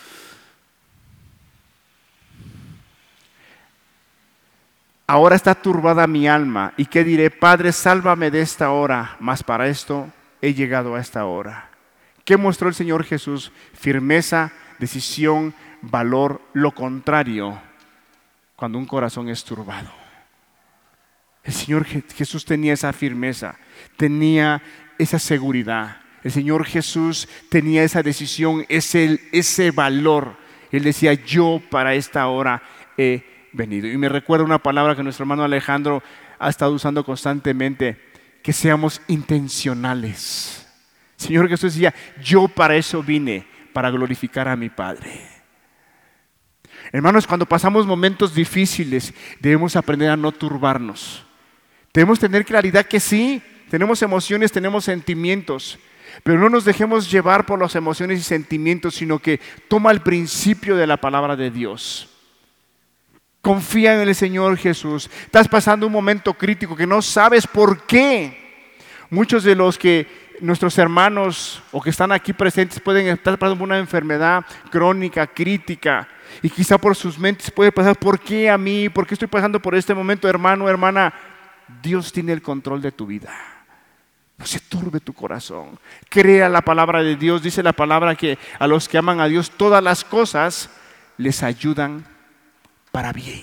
Speaker 1: Ahora está turbada mi alma, ¿y qué diré? Padre, sálvame de esta hora, mas para esto he llegado a esta hora. ¿Qué mostró el Señor Jesús? Firmeza, decisión, valor, lo contrario cuando un corazón es turbado. El Señor Jesús tenía esa firmeza, tenía esa seguridad. El Señor Jesús tenía esa decisión, ese valor. Él decía, yo para esta hora he venido. Y me recuerda una palabra que nuestro hermano Alejandro ha estado usando constantemente, que seamos intencionales. El Señor Jesús decía, yo para eso vine, para glorificar a mi Padre. Hermanos, cuando pasamos momentos difíciles, debemos aprender a no turbarnos. Debemos tener claridad que sí, tenemos emociones, tenemos sentimientos, pero no nos dejemos llevar por las emociones y sentimientos, sino que toma el principio de la palabra de Dios. Confía en el Señor Jesús. Estás pasando un momento crítico que no sabes por qué. Muchos de los que nuestros hermanos o que están aquí presentes pueden estar pasando por una enfermedad crónica, crítica, y quizá por sus mentes puede pasar, ¿por qué a mí? ¿Por qué estoy pasando por este momento? Hermano, hermana, Dios tiene el control de tu vida. No se turbe tu corazón. Crea la palabra de Dios. Dice la palabra que a los que aman a Dios todas las cosas les ayudan para bien.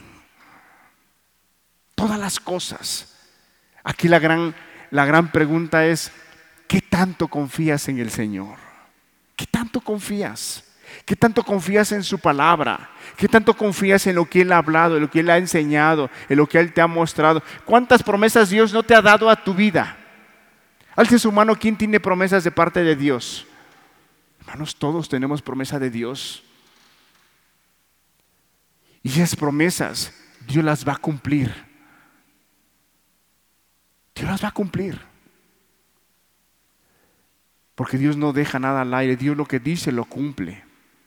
Speaker 1: Todas las cosas. Aquí la gran pregunta es, ¿qué tanto confías en el Señor? ¿Qué tanto confías? ¿Qué tanto confías en su palabra? ¿Qué tanto confías en lo que Él ha hablado, en lo que Él ha enseñado, en lo que Él te ha mostrado? ¿Cuántas promesas Dios no te ha dado a tu vida? Alce su mano, ¿quién tiene promesas de parte de Dios? Hermanos, todos tenemos promesa de Dios. Y esas promesas, Dios las va a cumplir. Dios las va a cumplir. Porque Dios no deja nada al aire. Dios lo que dice lo cumple.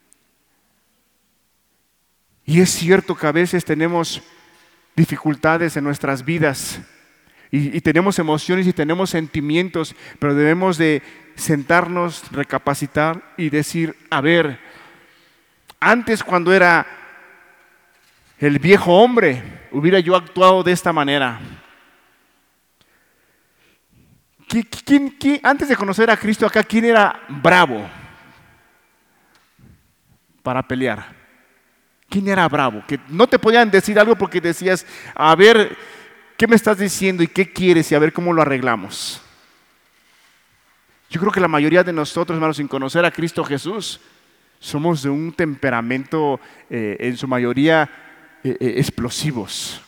Speaker 1: Y es cierto que a veces tenemos dificultades en nuestras vidas y tenemos emociones y tenemos sentimientos, pero debemos de sentarnos, recapacitar y decir, a ver, antes cuando era el viejo hombre, hubiera yo actuado de esta manera. Antes de conocer a Cristo acá, ¿quién era bravo para pelear? ¿Quién era bravo? Que no te podían decir algo porque decías, a ver, ¿qué me estás diciendo y qué quieres? Y a ver cómo lo arreglamos. Yo creo que la mayoría de nosotros, hermanos, sin conocer a Cristo Jesús, somos de un temperamento, en su mayoría, explosivos.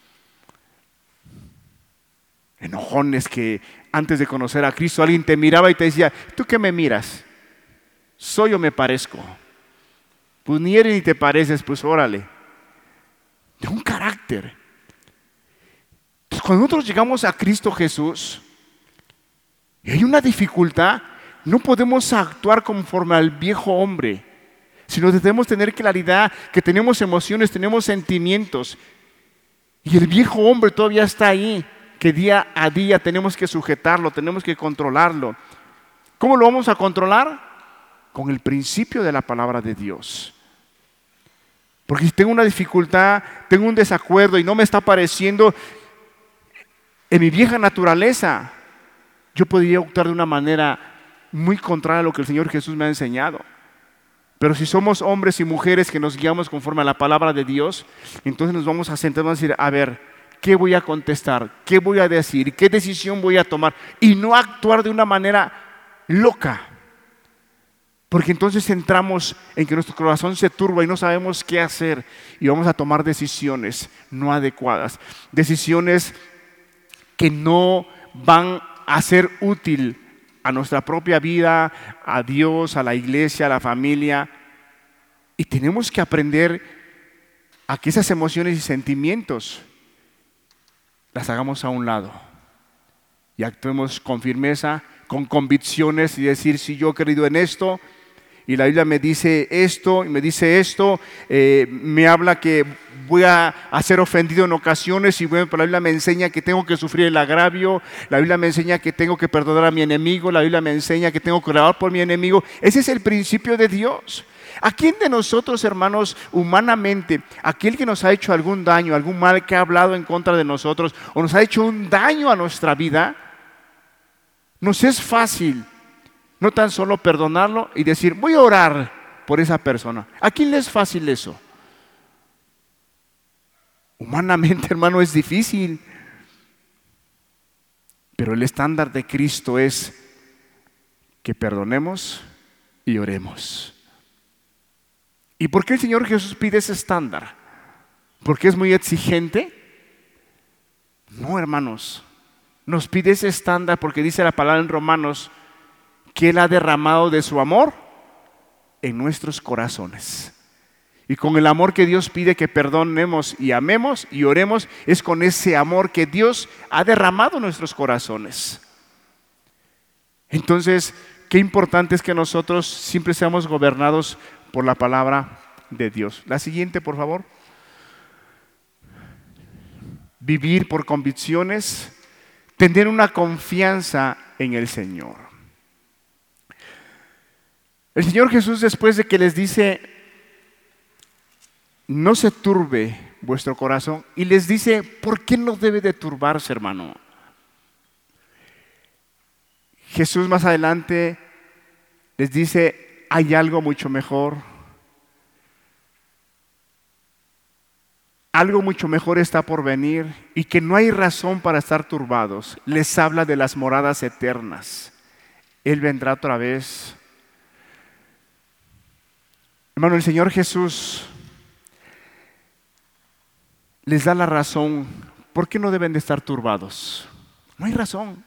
Speaker 1: Enojones que antes de conocer a Cristo alguien te miraba y te decía, ¿tú qué me miras? ¿Soy o me parezco? Pues ni eres ni te pareces, pues órale. De un carácter. Entonces, cuando nosotros llegamos a Cristo Jesús y hay una dificultad, no podemos actuar conforme al viejo hombre, sino debemos tener claridad que tenemos emociones, tenemos sentimientos. Y el viejo hombre todavía está ahí, que día a día tenemos que sujetarlo, tenemos que controlarlo. ¿Cómo lo vamos a controlar? Con el principio de la palabra de Dios. Porque si tengo una dificultad, tengo un desacuerdo y no me está pareciendo en mi vieja naturaleza, yo podría actuar de una manera muy contraria a lo que el Señor Jesús me ha enseñado. Pero si somos hombres y mujeres que nos guiamos conforme a la palabra de Dios, entonces nos vamos a sentar y vamos a decir, a ver, ¿qué voy a contestar? ¿Qué voy a decir? ¿Qué decisión voy a tomar? Y no actuar de una manera loca. Porque entonces entramos en que nuestro corazón se turba y no sabemos qué hacer. Y vamos a tomar decisiones no adecuadas. Decisiones que no van a ser útil a nuestra propia vida, a Dios, a la iglesia, a la familia. Y tenemos que aprender a que esas emociones y sentimientos las hagamos a un lado y actuemos con firmeza, con convicciones y decir, si yo he creído en esto y la Biblia me dice esto y me dice esto, me habla que voy a ser ofendido en ocasiones y bueno, pero la Biblia me enseña que tengo que sufrir el agravio, la Biblia me enseña que tengo que perdonar a mi enemigo, la Biblia me enseña que tengo que orar por mi enemigo. Ese es el principio de Dios. ¿A quién de nosotros, hermanos, humanamente, aquel que nos ha hecho algún daño, algún mal, que ha hablado en contra de nosotros o nos ha hecho un daño a nuestra vida, nos es fácil no tan solo perdonarlo y decir, voy a orar por esa persona? ¿A quién le es fácil eso? Humanamente, hermano, es difícil. Pero el estándar de Cristo es que perdonemos y oremos. ¿Y por qué el Señor Jesús pide ese estándar? ¿Porque es muy exigente? No, hermanos. Nos pide ese estándar porque dice la palabra en Romanos que Él ha derramado de su amor en nuestros corazones. Y con el amor que Dios pide que perdonemos y amemos y oremos, es con ese amor que Dios ha derramado en nuestros corazones. Entonces, qué importante es que nosotros siempre seamos gobernados por la palabra de Dios. La siguiente, por favor. Vivir por convicciones, tener una confianza en el Señor. El Señor Jesús, después de que les dice, no se turbe vuestro corazón, y les dice, ¿por qué no debe de turbarse, hermano? Jesús más adelante les dice, hay algo mucho mejor. Algo mucho mejor está por venir y que no hay razón para estar turbados. Les habla de las moradas eternas. Él vendrá otra vez. Hermano, el Señor Jesús les da la razón. ¿Por qué no deben de estar turbados? No hay razón.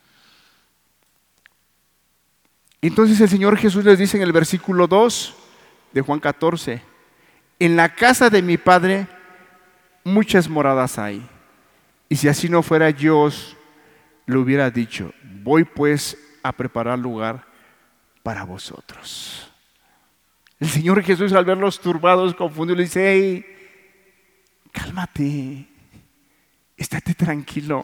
Speaker 1: Entonces el Señor Jesús les dice en el versículo 2 de Juan 14, en la casa de mi Padre muchas moradas hay, y si así no fuera, yo os lo hubiera dicho. Voy pues a preparar lugar para vosotros. El Señor Jesús, al verlos turbados, confundidos, le dice, hey, cálmate, estate tranquilo.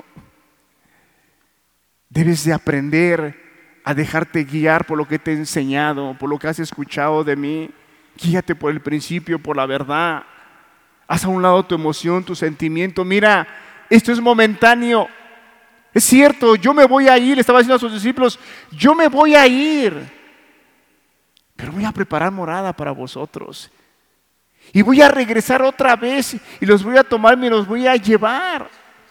Speaker 1: Debes de aprender a dejarte guiar por lo que te he enseñado, por lo que has escuchado de mí. Guíate por el principio, por la verdad. Haz a un lado tu emoción, tu sentimiento. Mira, esto es momentáneo. Es cierto, yo me voy a ir, le estaba diciendo a sus discípulos, yo me voy a ir, pero voy a preparar morada para vosotros. Y voy a regresar otra vez y los voy a tomar, me los voy a llevar.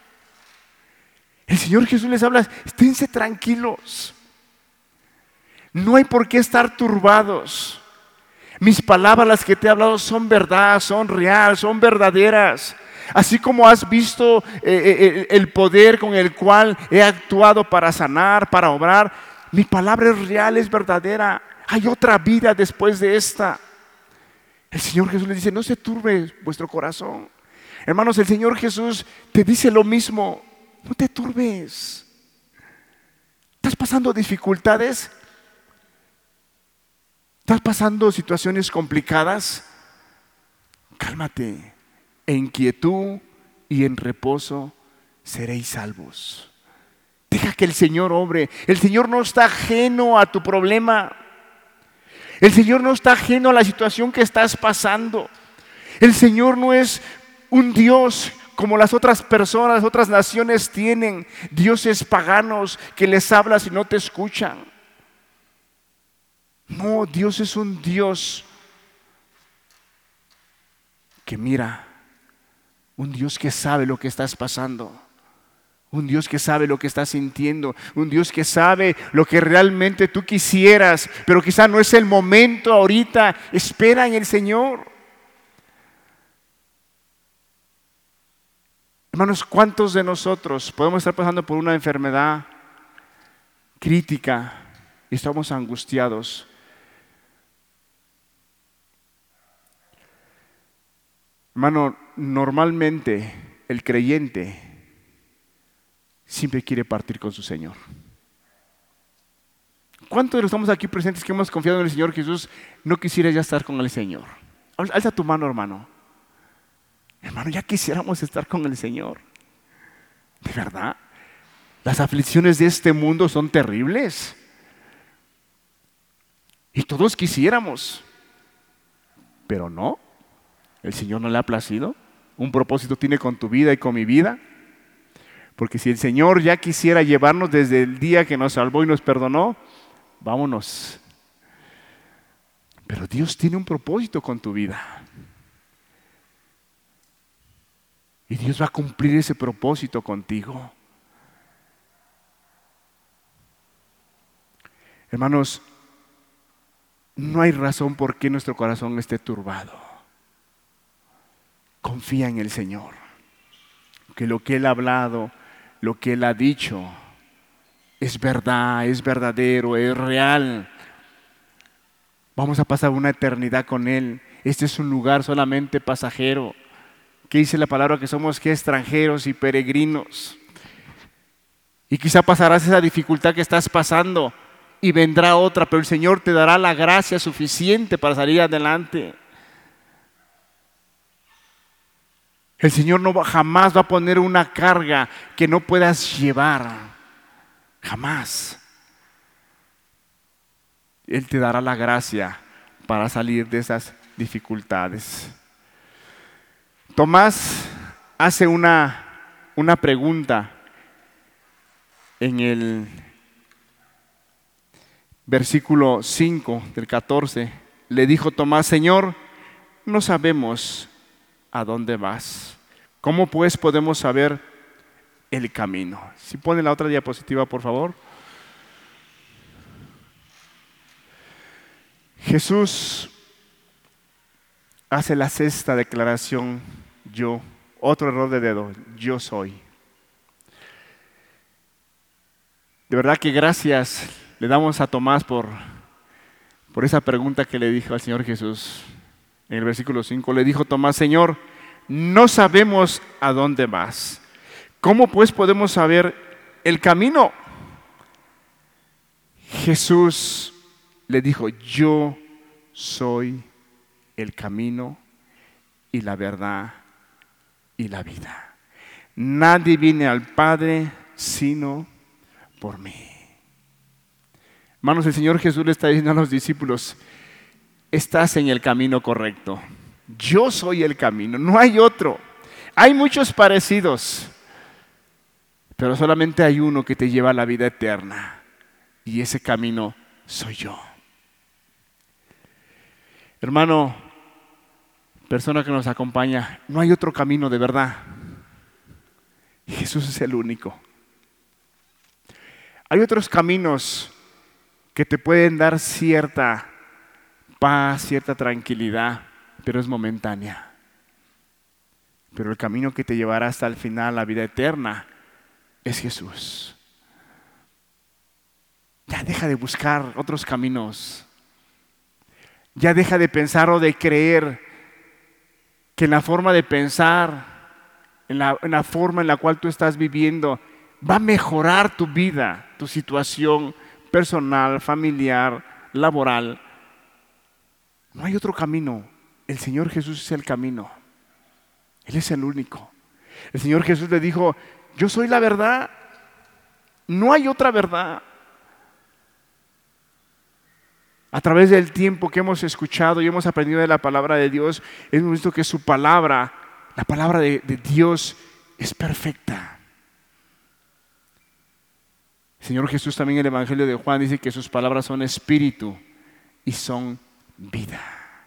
Speaker 1: El Señor Jesús les habla, esténse tranquilos. No hay por qué estar turbados. Mis palabras, las que te he hablado, son verdad, son real, son verdaderas. Así como has visto el poder con el cual he actuado para sanar, para obrar, mi palabra es real, es verdadera. Hay otra vida después de esta. El Señor Jesús les dice, no se turbe vuestro corazón. Hermanos, el Señor Jesús te dice lo mismo. No te turbes. ¿Estás pasando dificultades? ¿Estás pasando situaciones complicadas? Cálmate. En quietud y en reposo seréis salvos. Deja que el Señor obre. El Señor no está ajeno a tu problema. El Señor no está ajeno a la situación que estás pasando. El Señor no es un Dios como las otras personas, otras naciones tienen. Dioses paganos que les hablas y no te escuchan. No, Dios es un Dios que mira. Un Dios que sabe lo que estás pasando. Un Dios que sabe lo que estás sintiendo. Un Dios que sabe lo que realmente tú quisieras, pero quizá no es el momento ahorita. Espera en el Señor. Hermanos, ¿cuántos de nosotros podemos estar pasando por una enfermedad crítica y estamos angustiados? Hermano, normalmente el creyente siempre quiere partir con su Señor. ¿Cuántos de los que estamos aquí presentes que hemos confiado en el Señor Jesús no quisiera ya estar con el Señor? Alza tu mano, hermano. Hermano, ya quisiéramos estar con el Señor. De verdad, las aflicciones de este mundo son terribles. Y todos quisiéramos. Pero no, el Señor no le ha placido. Un propósito tiene con tu vida y con mi vida. Porque si el Señor ya quisiera llevarnos desde el día que nos salvó y nos perdonó, vámonos. Pero Dios tiene un propósito con tu vida. Y Dios va a cumplir ese propósito contigo. Hermanos, no hay razón por qué nuestro corazón esté turbado. Confía en el Señor. Que lo que Él ha hablado, lo que Él ha dicho, es verdad, es verdadero, es real. Vamos a pasar una eternidad con Él. Este es un lugar solamente pasajero. ¿Qué dice la palabra? Que somos extranjeros y peregrinos. Y quizá pasarás esa dificultad que estás pasando y vendrá otra, pero el Señor te dará la gracia suficiente para salir adelante. El Señor jamás va a poner una carga que no puedas llevar. Jamás. Él te dará la gracia para salir de esas dificultades. Tomás hace una pregunta en el versículo 5 del 14. Le dijo Tomás: Señor, no sabemos a dónde vas. ¿Cómo pues podemos saber el camino? Si pone la otra diapositiva, por favor. Jesús hace la sexta declaración: yo. Otro error de dedo: yo soy. De verdad que gracias le damos a Tomás por esa pregunta que le dijo al Señor Jesús. En el versículo 5 le dijo Tomás: Señor, no sabemos a dónde vas. ¿Cómo pues podemos saber el camino? Jesús le dijo: yo soy el camino y la verdad y la vida. Nadie viene al Padre sino por mí. Hermanos, el Señor Jesús le está diciendo a los discípulos: estás en el camino correcto. Yo soy el camino, no hay otro. Hay muchos parecidos, pero solamente hay uno que te lleva a la vida eterna. Y ese camino soy yo. Hermano, persona que nos acompaña, no hay otro camino de verdad. Jesús es el único. Hay otros caminos que te pueden dar cierta paz, cierta tranquilidad, pero es momentánea. Pero el camino que te llevará hasta el final, la vida eterna, es Jesús. Ya deja de buscar otros caminos. Ya deja de pensar o de creer que en la forma de pensar, en la forma en la cual tú estás viviendo, va a mejorar tu vida, tu situación personal, familiar, laboral. No hay otro camino. El Señor Jesús es el camino. Él es el único. El Señor Jesús le dijo: yo soy la verdad. No hay otra verdad. A través del tiempo que hemos escuchado y hemos aprendido de la palabra de Dios, hemos visto que su palabra, la palabra de Dios, es perfecta. El Señor Jesús también en el Evangelio de Juan dice que sus palabras son espíritu y son vida.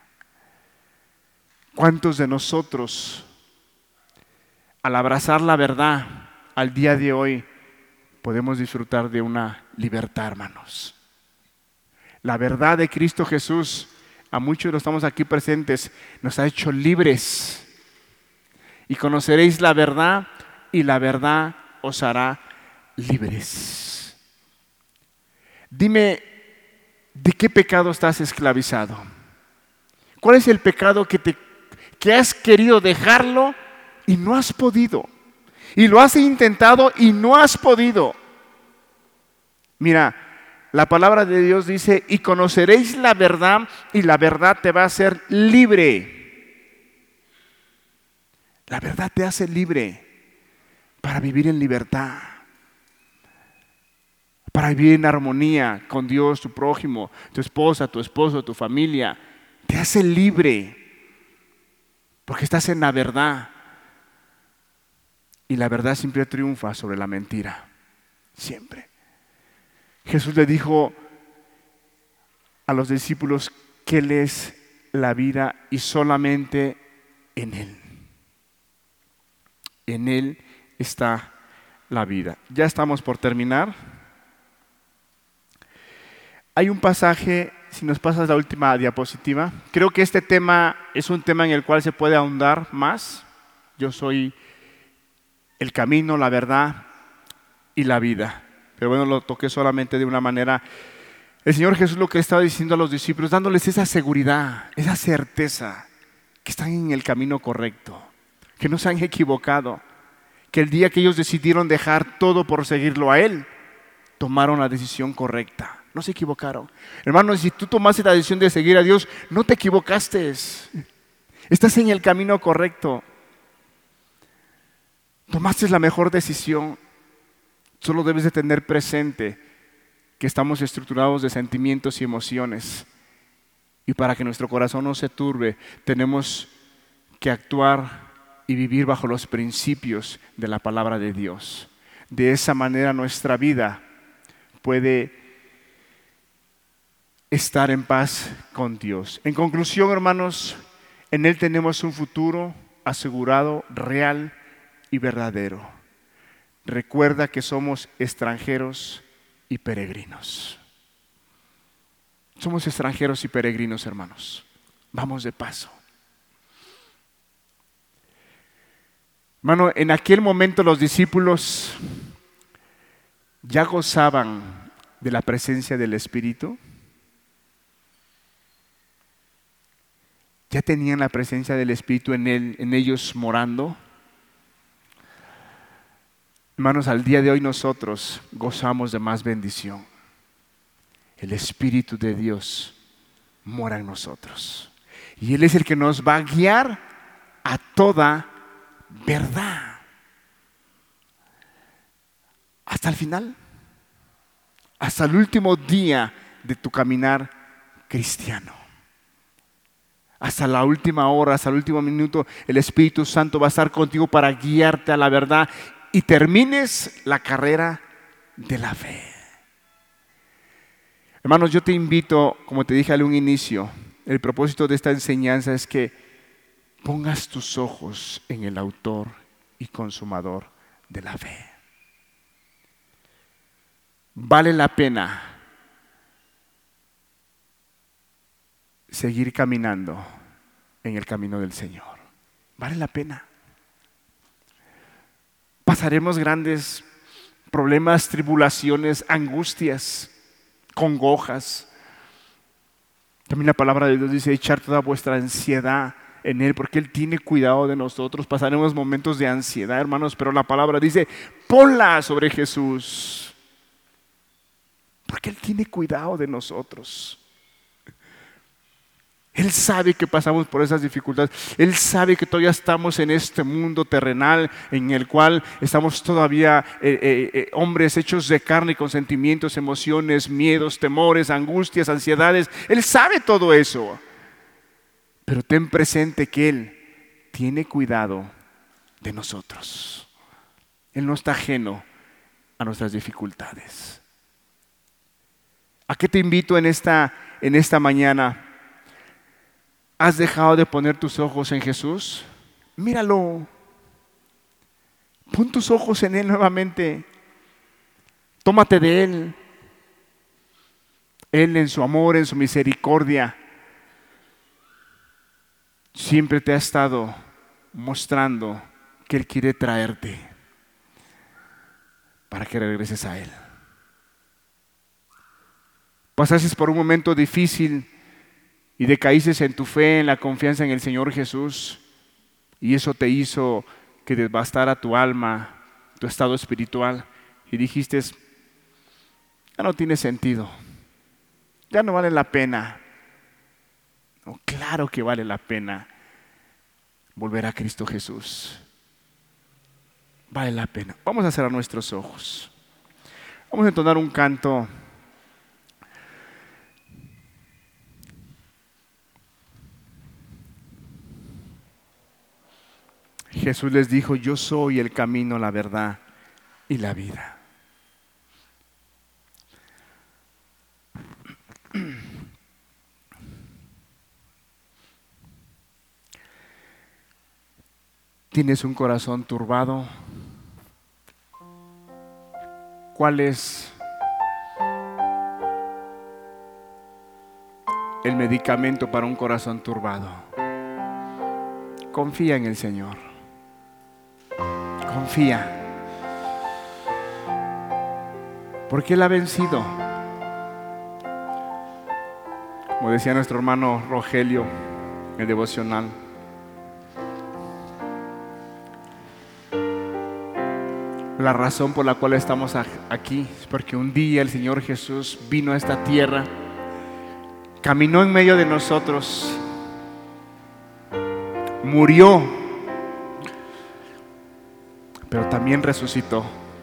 Speaker 1: ¿Cuántos de nosotros, al abrazar la verdad al día de hoy, podemos disfrutar de una libertad, hermanos? La verdad de Cristo Jesús, a muchos de los que estamos aquí presentes, nos ha hecho libres. Y conoceréis la verdad, y la verdad os hará libres. Dime, ¿de qué pecado estás esclavizado? ¿Cuál es el pecado que has querido dejarlo y no has podido? Y lo has intentado y no has podido. Mira, la palabra de Dios dice: y conoceréis la verdad, y la verdad te va a hacer libre. La verdad te hace libre para vivir en libertad, para vivir en armonía con Dios, tu prójimo, tu esposa, tu esposo, tu familia. Te hace libre porque estás en la verdad. Y la verdad siempre triunfa sobre la mentira. Siempre. Jesús le dijo a los discípulos que Él es la vida y solamente en Él. En Él está la vida. Ya estamos por terminar. Hay un pasaje, si nos pasas la última diapositiva, creo que este tema es un tema en el cual se puede ahondar más. Yo soy el camino, la verdad y la vida. Pero bueno, lo toqué solamente de una manera. El Señor Jesús lo que estaba diciendo a los discípulos, dándoles esa seguridad, esa certeza, que están en el camino correcto, que no se han equivocado, que el día que ellos decidieron dejar todo por seguirlo a Él, tomaron la decisión correcta. No se equivocaron. Hermanos, si tú tomaste la decisión de seguir a Dios, no te equivocaste. Estás en el camino correcto. Tomaste la mejor decisión. Solo debes de tener presente que estamos estructurados de sentimientos y emociones. Y para que nuestro corazón no se turbe, tenemos que actuar y vivir bajo los principios de la palabra de Dios. De esa manera nuestra vida puede estar en paz con Dios. En conclusión, hermanos, en Él tenemos un futuro asegurado, real y verdadero. Recuerda que somos extranjeros y peregrinos. Somos extranjeros y peregrinos, hermanos. Vamos de paso. Hermano, en aquel momento los discípulos ya gozaban de la presencia del Espíritu. Ya tenían la presencia del Espíritu en ellos morando. Hermanos, al día de hoy nosotros gozamos de más bendición. El Espíritu de Dios mora en nosotros. Y Él es el que nos va a guiar a toda verdad. Hasta el final. Hasta el último día de tu caminar cristiano. Hasta la última hora, hasta el último minuto, el Espíritu Santo va a estar contigo para guiarte a la verdad y termines la carrera de la fe. Hermanos, yo te invito, como te dije al un inicio, el propósito de esta enseñanza es que pongas tus ojos en el autor y consumador de la fe. Vale la pena seguir caminando en el camino del Señor. Vale la pena. Pasaremos grandes problemas, tribulaciones, angustias, congojas. También la palabra de Dios dice: echar toda vuestra ansiedad en Él, porque Él tiene cuidado de nosotros. Pasaremos momentos de ansiedad, hermanos, pero la palabra dice: ponla sobre Jesús, porque Él tiene cuidado de nosotros. Él sabe que pasamos por esas dificultades. Él sabe que todavía estamos en este mundo terrenal en el cual estamos todavía hombres hechos de carne, con sentimientos, emociones, miedos, temores, angustias, ansiedades. Él sabe todo eso. Pero ten presente que Él tiene cuidado de nosotros. Él no está ajeno a nuestras dificultades. ¿A qué te invito en esta mañana? ¿Has dejado de poner tus ojos en Jesús? Míralo. Pon tus ojos en Él nuevamente. Tómate de Él. Él en su amor, en su misericordia, siempre te ha estado mostrando que Él quiere traerte para que regreses a Él. Pasaste por un momento difícil y decaíste en tu fe, en la confianza en el Señor Jesús, y eso te hizo que devastara tu alma, tu estado espiritual, y dijiste: ya no tiene sentido, ya no vale la pena. No, claro que vale la pena. volver a Cristo Jesús. Vale la pena. Vamos a cerrar nuestros ojos. Vamos a entonar un canto. Jesús les dijo: yo soy el camino, la verdad y la vida. ¿Tienes un corazón turbado? ¿Cuál es el medicamento para un corazón turbado? Confía en el Señor. Confía. Porque Él ha vencido. Como decía nuestro hermano Rogelio en el devocional, la razón por la cual estamos aquí es porque un día el Señor Jesús vino a esta tierra, caminó en medio de nosotros, murió, pero también resucitó.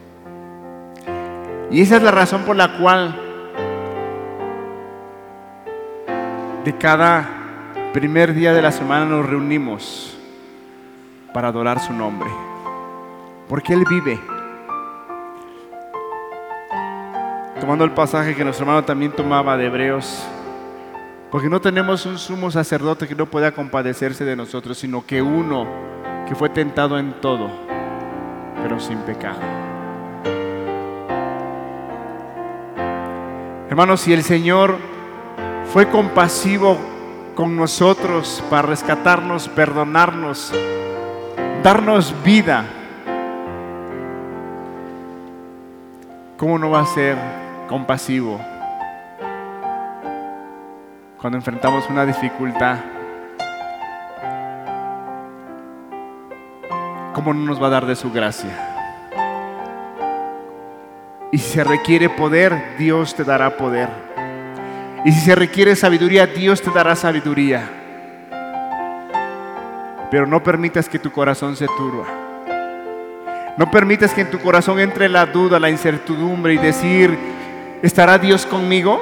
Speaker 1: Y esa es la razón por la cual de cada primer día de la semana nos reunimos para adorar su nombre, porque Él vive. Tomando el pasaje que nuestro hermano también tomaba de Hebreos, porque no tenemos un sumo sacerdote que no pueda compadecerse de nosotros, sino que uno que fue tentado en todo, pero sin pecado. Hermanos, si el Señor fue compasivo con nosotros para rescatarnos, perdonarnos, darnos vida, ¿cómo no va a ser compasivo cuando enfrentamos una dificultad? ¿Cómo no nos va a dar de su gracia? Y si se requiere poder, Dios te dará poder. Y si se requiere sabiduría, Dios te dará sabiduría. Pero no permitas que tu corazón se turba. No permitas que en tu corazón entre la duda, la incertidumbre y decir: ¿estará Dios conmigo?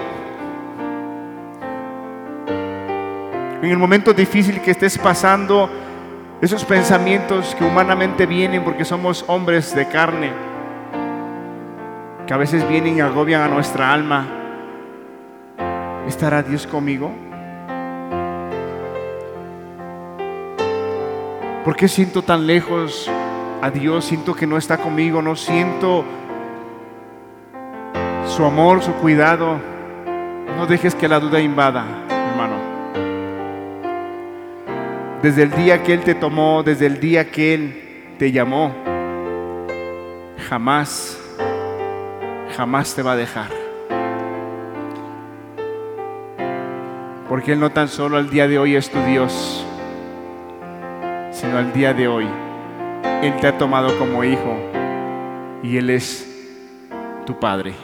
Speaker 1: En el momento difícil que estés pasando, esos pensamientos que humanamente vienen porque somos hombres de carne, que a veces vienen y agobian a nuestra alma. ¿Estará Dios conmigo? ¿Por qué siento tan lejos a Dios? Siento que no está conmigo, no siento su amor, su cuidado. No dejes que la duda invada, hermano. Desde el día que Él te tomó, desde el día que Él te llamó, jamás te va a dejar. Porque Él no tan solo al día de hoy es tu Dios, sino al día de hoy Él te ha tomado como hijo y Él es tu Padre.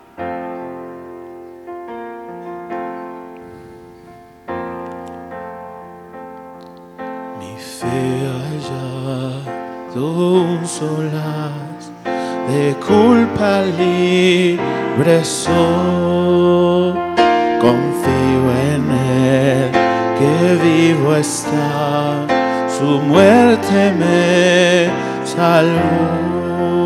Speaker 2: Mi fe ha hallado un solaz, de culpa libre soy. Confío en Él, que vivo está, su muerte me salvó.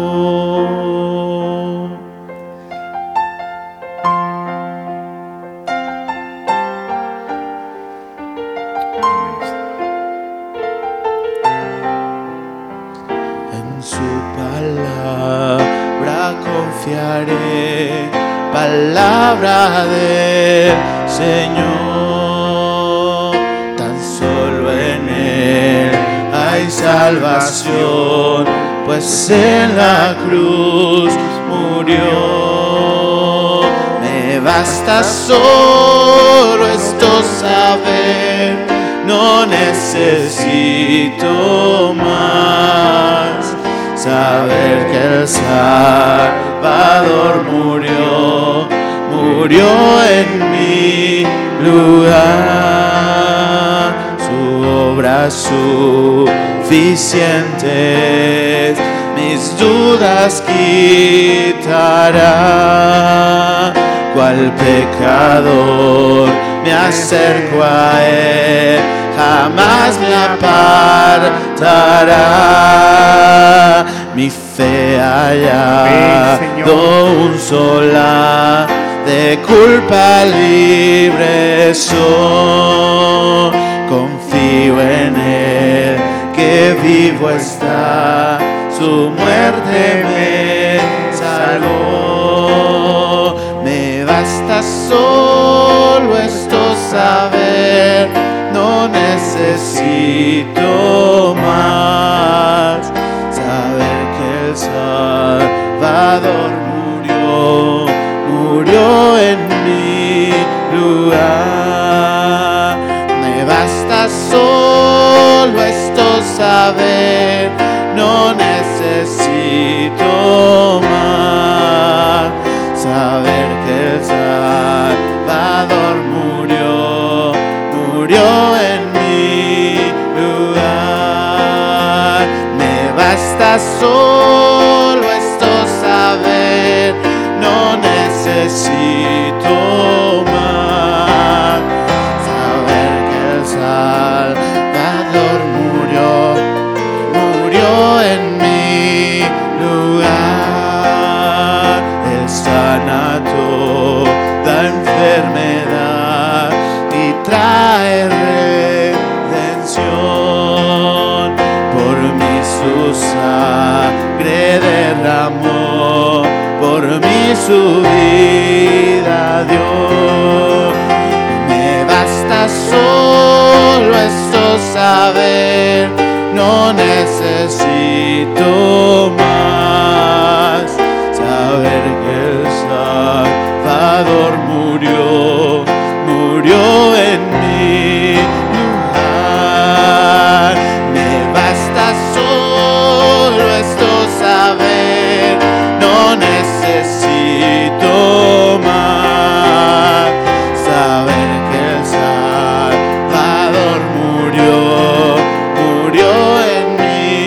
Speaker 2: En su palabra confiaré, palabra del Señor. Tan solo en Él hay salvación, pues en la cruz murió. Me basta solo esto saber, no necesito más. Saber que el Salvador murió en mi lugar. Su obra, su suficientes, mis dudas quitará. Cual pecador me acerco a Él, jamás me apartará. Mi fe hallado un sola, de culpa libre soy. Confío en Él, que vivo está, su muerte me salvó. Me basta solo esto saber, no necesito más. Saber que el Salvador murió en mi lugar. Me basta solo esto saber, no necesito más. Saber que el Salvador murió en mi lugar. Me basta solo esto saber, no necesito más. Saber que el Salvador murió en mi lugar. Él sana toda enfermedad y trae redención. Por mí su sangre derramó, por mí su vida dio. Me basta solo esto saber, no necesito más. Saber que el Salvador murió en mi lugar. Me basta solo esto saber, no necesito más. Saber que el Salvador murió en mi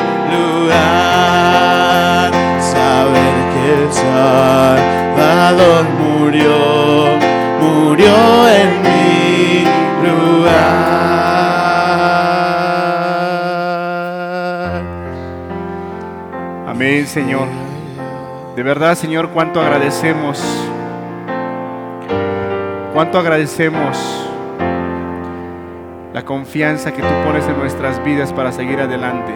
Speaker 2: lugar. Saber que el Salvador murió en mi lugar.
Speaker 1: Amén, Señor. De verdad, Señor, cuánto agradecemos la confianza que tú pones en nuestras vidas para seguir adelante.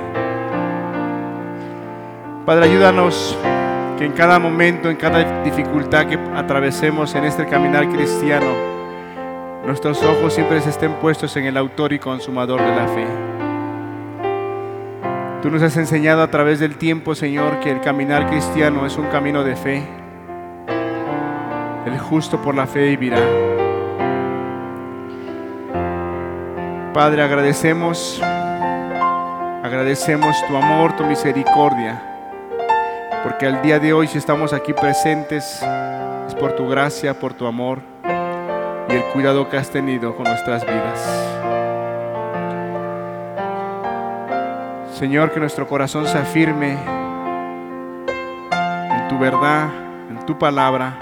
Speaker 1: Padre, ayúdanos que en cada momento, en cada dificultad que atravesemos en este caminar cristiano, nuestros ojos siempre estén puestos en el autor y consumador de la fe. Tú nos has enseñado a través del tiempo, Señor, que el caminar cristiano es un camino de fe. El justo por la fe vivirá. Padre, agradecemos tu amor, tu misericordia, porque al día de hoy, si estamos aquí presentes, es por tu gracia, por tu amor y el cuidado que has tenido con nuestras vidas. Señor, que nuestro corazón se afirme en tu verdad, en tu palabra,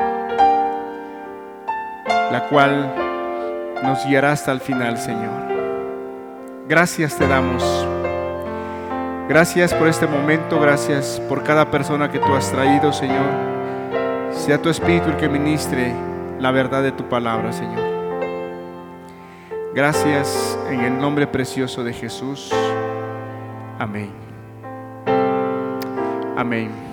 Speaker 1: la cual nos guiará hasta el final, Señor. Gracias te damos. Gracias por este momento, gracias por cada persona que tú has traído, Señor. Sea tu Espíritu el que ministre la verdad de tu palabra, Señor. Gracias en el nombre precioso de Jesús. Amén. Amén.